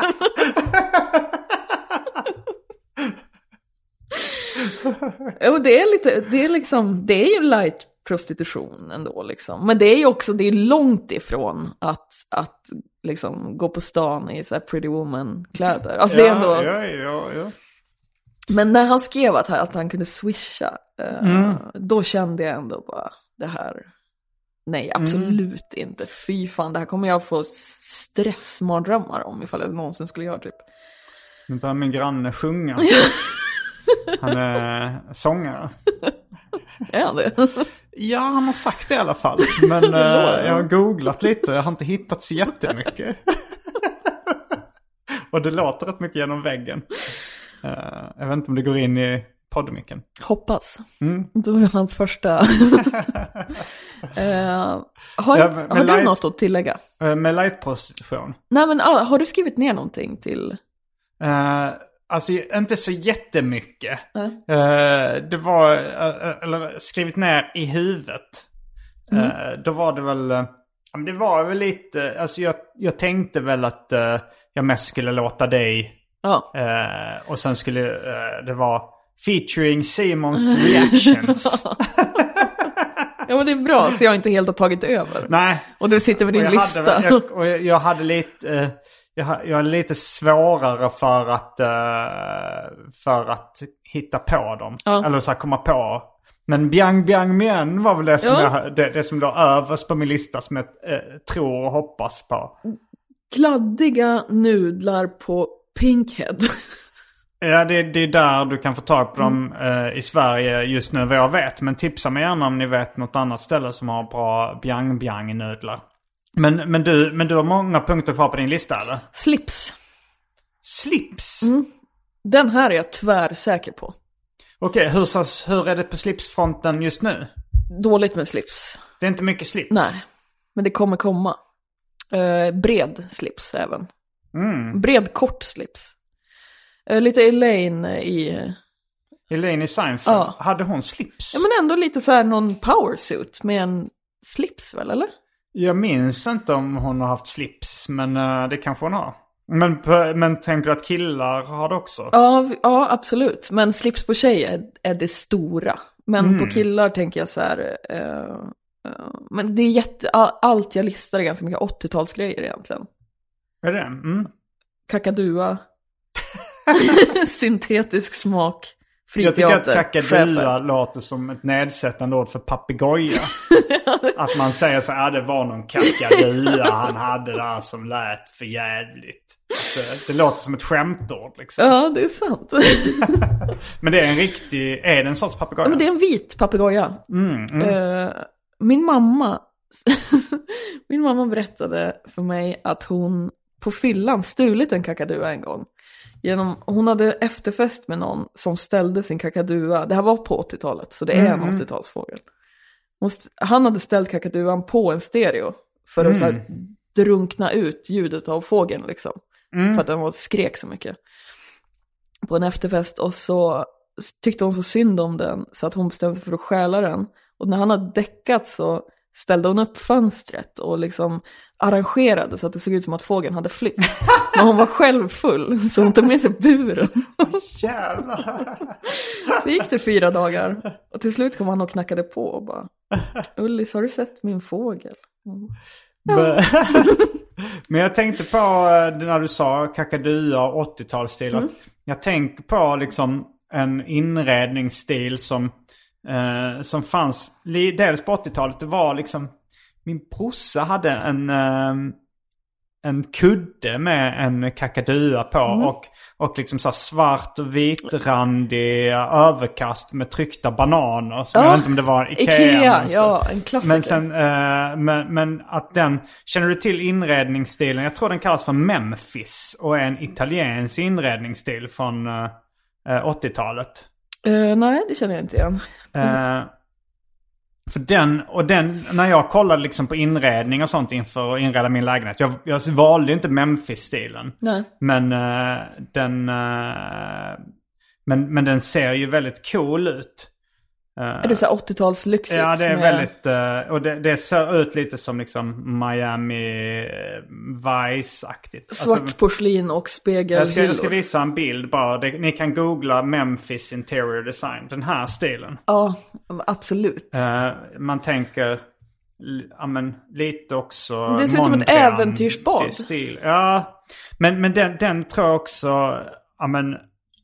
Ja, det är lite, det är liksom, det är ju light prostitution ändå liksom. Men det är ju också, det är långt ifrån att, att liksom gå på stan i så här Pretty Woman-kläder. Alltså ja, det är ändå... Ja, ja, ja. Men när han skrev att, att han kunde swisha, mm. uh, då kände jag ändå bara, det här... Nej, absolut mm. inte. Fy fan, det här kommer jag få stressmardrömmar om ifall jag någonsin skulle göra typ. Nu börjar min granne sjunga. Han är sångare. Är han det? Ja, han har sagt det i alla fall. Men uh, jag har googlat lite. Jag har inte hittat så jättemycket. Och det låter rätt mycket genom väggen. Uh, jag vet inte om det går in i poddmicken. Hoppas. Mm. Det var hans första. uh, har ja, har du light, något att tillägga? Uh, med light-prostitution? Nej, men uh, har du skrivit ner någonting till... Uh, Alltså inte så jättemycket. Mm. Uh, det var, uh, eller skrivit ner i huvudet. Mm. Uh, då var det väl, uh, det var väl lite, alltså jag, jag tänkte väl att uh, jag mest skulle låta dig. Ja. Uh, och sen skulle uh, det vara featuring Simons reactions. Ja, men det är bra, så jag inte helt har tagit över. Nej. Och du sitter med din jag lista. Hade, jag, och jag, jag hade lite... Uh, Jag, jag är lite svårare för att, uh, för att hitta på dem. Ja. Eller så här, komma på. Men Biang Biang Mien var väl det som, ja. jag, det, det som låg överst på min lista som jag uh, tror och hoppas på. Kladdiga nudlar på Pinkhead. Ja, det, det är där du kan få tag på dem uh, i Sverige just nu vad jag vet. Men tipsa mig gärna om ni vet något annat ställe som har bra Biang Biang nudlar. Men, men, du, men du har många punkter kvar på din lista, eller? Slips. Slips? Mm. Den här är jag tvärsäker på. Okej, hur, hur är det på slipsfronten just nu? Dåligt med slips. Det är inte mycket slips? Nej, men det kommer komma. Eh, bred slips även. Mm. Bred kort slips. Eh, lite Elaine i... Elaine i Seinfeld? Ja. Hade hon slips? Ja, men ändå lite så här någon powersuit med en slips väl, eller? Jag minns inte om hon har haft slips, men uh, det kanske hon har. Men, men tänker du att killar har det också? Ja, ja absolut. Men slips på tjejer är, är det stora. Men mm. på killar tänker jag så här... Uh, uh, men det är jätte... Allt jag listar är ganska mycket åttiotalsgrejer egentligen. Är det? Mm. Kakadua. Syntetisk smak. Jag tycker att kakadua låter som ett nedsättande ord för papegoja. Att man säger så här, det var någon kakadua han hade där som lät för jävligt. Det, det låter som ett skämtord liksom. Ja, det är sant. Men det är en riktig, är det en sorts papegoja? Ja, men det är en vit papegoja. Mm, mm. Uh, min mamma, min mamma berättade för mig att hon på fyllan stulit en kakadua en gång. Genom, hon hade efterfest med någon som ställde sin kakadua. Det här var på åttiotalet, så det är mm. en åttiotalsfågel. Han hade ställt kakaduan på en stereo för att mm. så här, drunkna ut ljudet av fågeln liksom. Mm. För att den var, skrek så mycket. På en efterfest, och så tyckte hon så synd om den så att hon bestämde sig för att stjäla den. Och när han hade däckat så ställde hon upp fönstret och liksom arrangerade så att det såg ut som att fågeln hade flytt. Men hon var själv full, så hon tog med sig buren. Jävlar. Så gick det fyra dagar. Och till slut kom han och knackade på och bara: Ullis, har du sett min fågel? Mm. Ja. Men jag tänkte på när du sa kakadua och åttiotalsstil. Mm. Att jag tänker på liksom en inredningsstil som Uh, som fanns li- dels på åttiotalet. Det var liksom, min brorsa hade en uh, en kudde med en kakadua på mm. och, och liksom så svart och vitrandig överkast med tryckta bananer som oh, jag vet inte om det var Ikea, Ikea ja, en klassiker. Men sen uh, men, men att den, känner du till inredningsstilen? Jag tror den kallas för Memphis och är en italiensk inredningsstil från uh, uh, åttiotalet. Uh, nej, det känner jag inte igen. Mm. Uh, för den, och den, när jag kollade liksom på inredning och sånt inför att inreda min lägenhet. Jag, jag valde inte Memphis-stilen. Nej. Men uh, den uh, men, men den ser ju väldigt cool ut. Uh, är det så här åttio-tals lyxigt? Ja, det är med... väldigt uh, och det, det ser ut lite som liksom Miami Vice-aktigt. Svart alltså, porslin och spegel. Jag ska, jag ska visa en bild bara. Det, ni kan googla Memphis Interior Design. Den här stilen. Ja, absolut. Uh, man tänker ja, men, lite också det ser ut som ett äventyrsbad. Stil. Ja, men, men den, den tror jag också ja, men,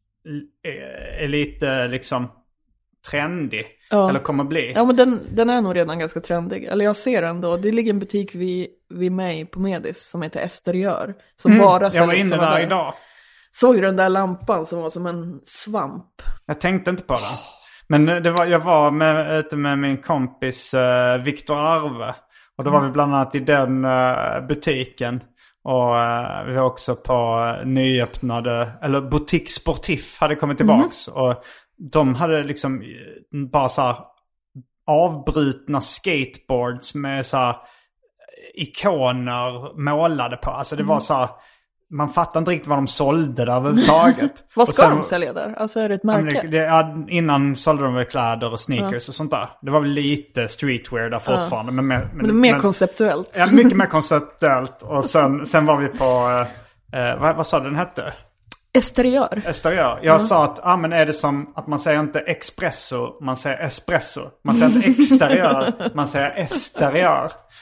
är lite liksom trendig. Ja. Eller kommer bli. Ja, men den, den är nog redan ganska trendig. Eller jag ser den då. Det ligger en butik vid, vid mig på Medis som heter Esteriör. Som mm, bara jag var inne där, där idag. Såg du den där lampan som var som en svamp? Jag tänkte inte på den. Men det var, jag var med, ute med min kompis uh, Viktor Arve. Och då var vi bland annat i den uh, butiken. Och uh, vi var också på uh, nyöppnade, eller Boutique Sportif hade kommit tillbaks. Mm. Och de hade liksom bara så här avbrutna skateboards med så här ikoner målade på. Alltså det mm. var så här man fattar inte riktigt vad de sålde där överhuvudtaget. Vad ska sen, de sälja där? Alltså är det ett märke? Det, det, ja, innan sålde de väl kläder och sneakers ja. och sånt där. Det var väl lite streetwear där fortfarande. Ja. Men, men, men, men mer men, konceptuellt. Ja, mycket mer konceptuellt. Och sen, sen var vi på, eh, vad, vad sa den hette? Esteriör. Esteriör. Jag mm. sa att ah, men är det som att man säger inte espresso, man säger espresso. Man säger inte exteriör, man säger esteriör.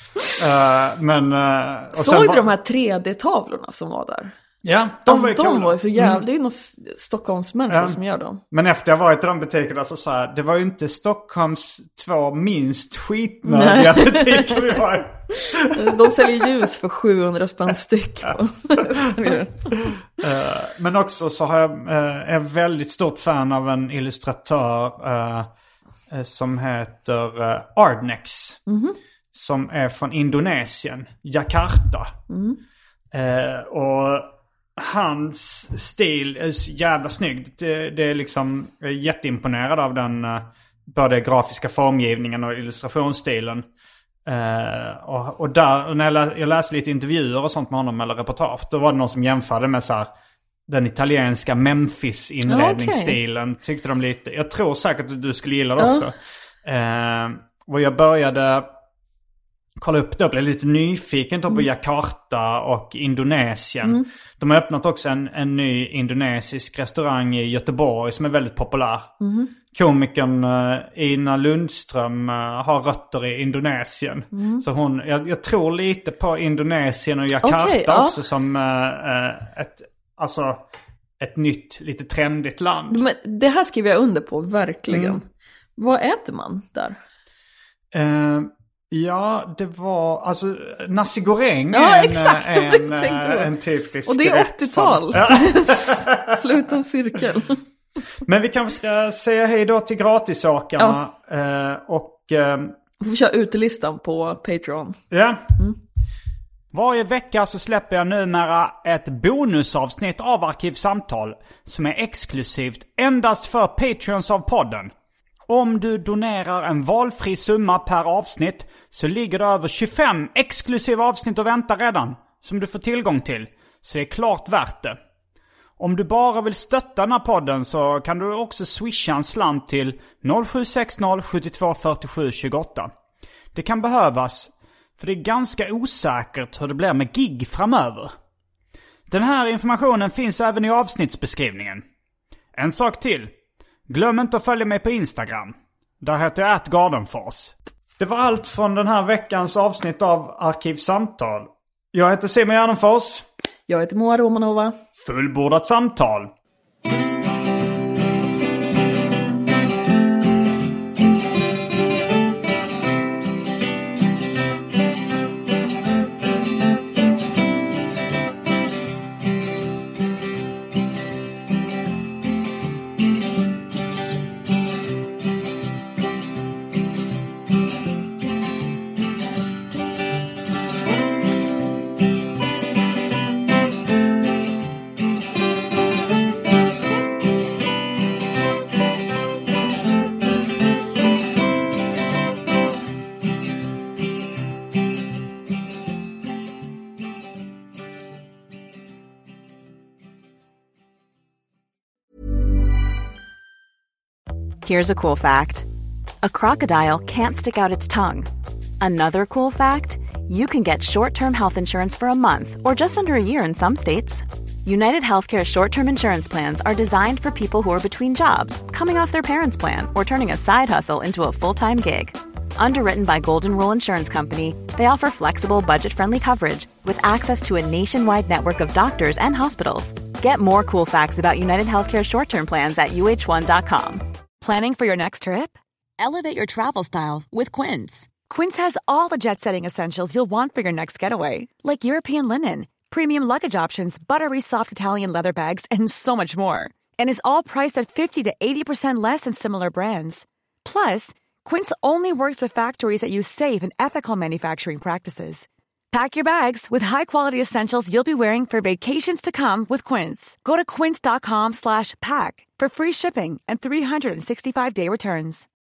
Uh, men, uh, och Såg du var... de här tre D-tavlorna som var där? Ja, de alltså, var ju de var så jävla... Mm. Det är ju någon Stockholmsmänniskor ja. som gör dem. Men efter jag varit i de butikerna så sa jag, det var ju inte Stockholms två minst skitnödiga butiker vi var. De säljer ljus för sjuhundra spänn styck. uh, men också så har jag, uh, är väldigt stort fan av en illustratör uh, uh, som heter uh, Ardnex. Mm-hmm. Som är från Indonesien, Jakarta. Mm. Uh, och hans stil är så jävla snygg. Det, det är liksom jag är jätteimponerad av den uh, både grafiska formgivningen och illustrationsstilen. Uh, och, och där när jag, lä- jag läste lite intervjuer och sånt med honom eller reportage, då var det någon som jämförde med så här, den italienska Memphis inredningsstilen. Okay. Tyckte de lite. Jag tror säkert att du skulle gilla det uh. också. Uh, och jag började kolla upp det och blev lite nyfiken på mm. Jakarta och Indonesien. Mm. De har öppnat också en, en ny indonesisk restaurang i Göteborg som är väldigt populär. Mm. Komikern uh, Ina Lundström uh, har rötter i Indonesien. Mm. Så hon, jag, jag tror lite på Indonesien och Jakarta okay, också ja. som uh, uh, ett, alltså, ett nytt, lite trendigt land. Men det här skriver jag under på, verkligen. Mm. Vad äter man där? Uh, Ja, det var alltså nasi goreng ja, en, exakt, en, en, en typisk och det är åttiotal. Ja. Sluta en cirkel. Men vi kanske ska säga hej då till gratissakerna ja. eh, och eh, vi får köra utelistan på Patreon. Ja. Mm. Varje vecka så släpper jag numera ett bonusavsnitt av Arkivsamtal som är exklusivt endast för Patreons av podden. Om du donerar en valfri summa per avsnitt så ligger det över tjugofem exklusiva avsnitt och väntar redan som du får tillgång till. Så det är klart värt det. Om du bara vill stötta den här podden så kan du också swisha en slant till noll sju sex noll sju två fyra sju två åtta. Det kan behövas för det är ganska osäkert hur det blir med gig framöver. Den här informationen finns även i avsnittsbeskrivningen. En sak till. Glöm inte att följa mig på Instagram. Där heter jag at Gardenfors. Det var allt från den här veckans avsnitt av Arkivsamtal. Jag heter Simon Gardenfors. Jag heter Moa Romanova. Fullbordat samtal. Here's a cool fact. A crocodile can't stick out its tongue. Another cool fact, you can get short-term health insurance for a month or just under a year in some states. United Healthcare short-term insurance plans are designed for people who are between jobs, coming off their parents' plan, or turning a side hustle into a full-time gig. Underwritten by Golden Rule Insurance Company, they offer flexible, budget-friendly coverage with access to a nationwide network of doctors and hospitals. Get more cool facts about United Healthcare short-term plans at U H one dot com. Planning for your next trip? Elevate your travel style with Quince. Quince has all the jet-setting essentials you'll want for your next getaway, like European linen, premium luggage options, buttery soft Italian leather bags, and so much more. And is all priced at fifty to eighty percent less than similar brands. Plus, Quince only works with factories that use safe and ethical manufacturing practices. Pack your bags with high-quality essentials you'll be wearing for vacations to come with Quince. Go to quince dot com slash pack for free shipping and three sixty-five day returns.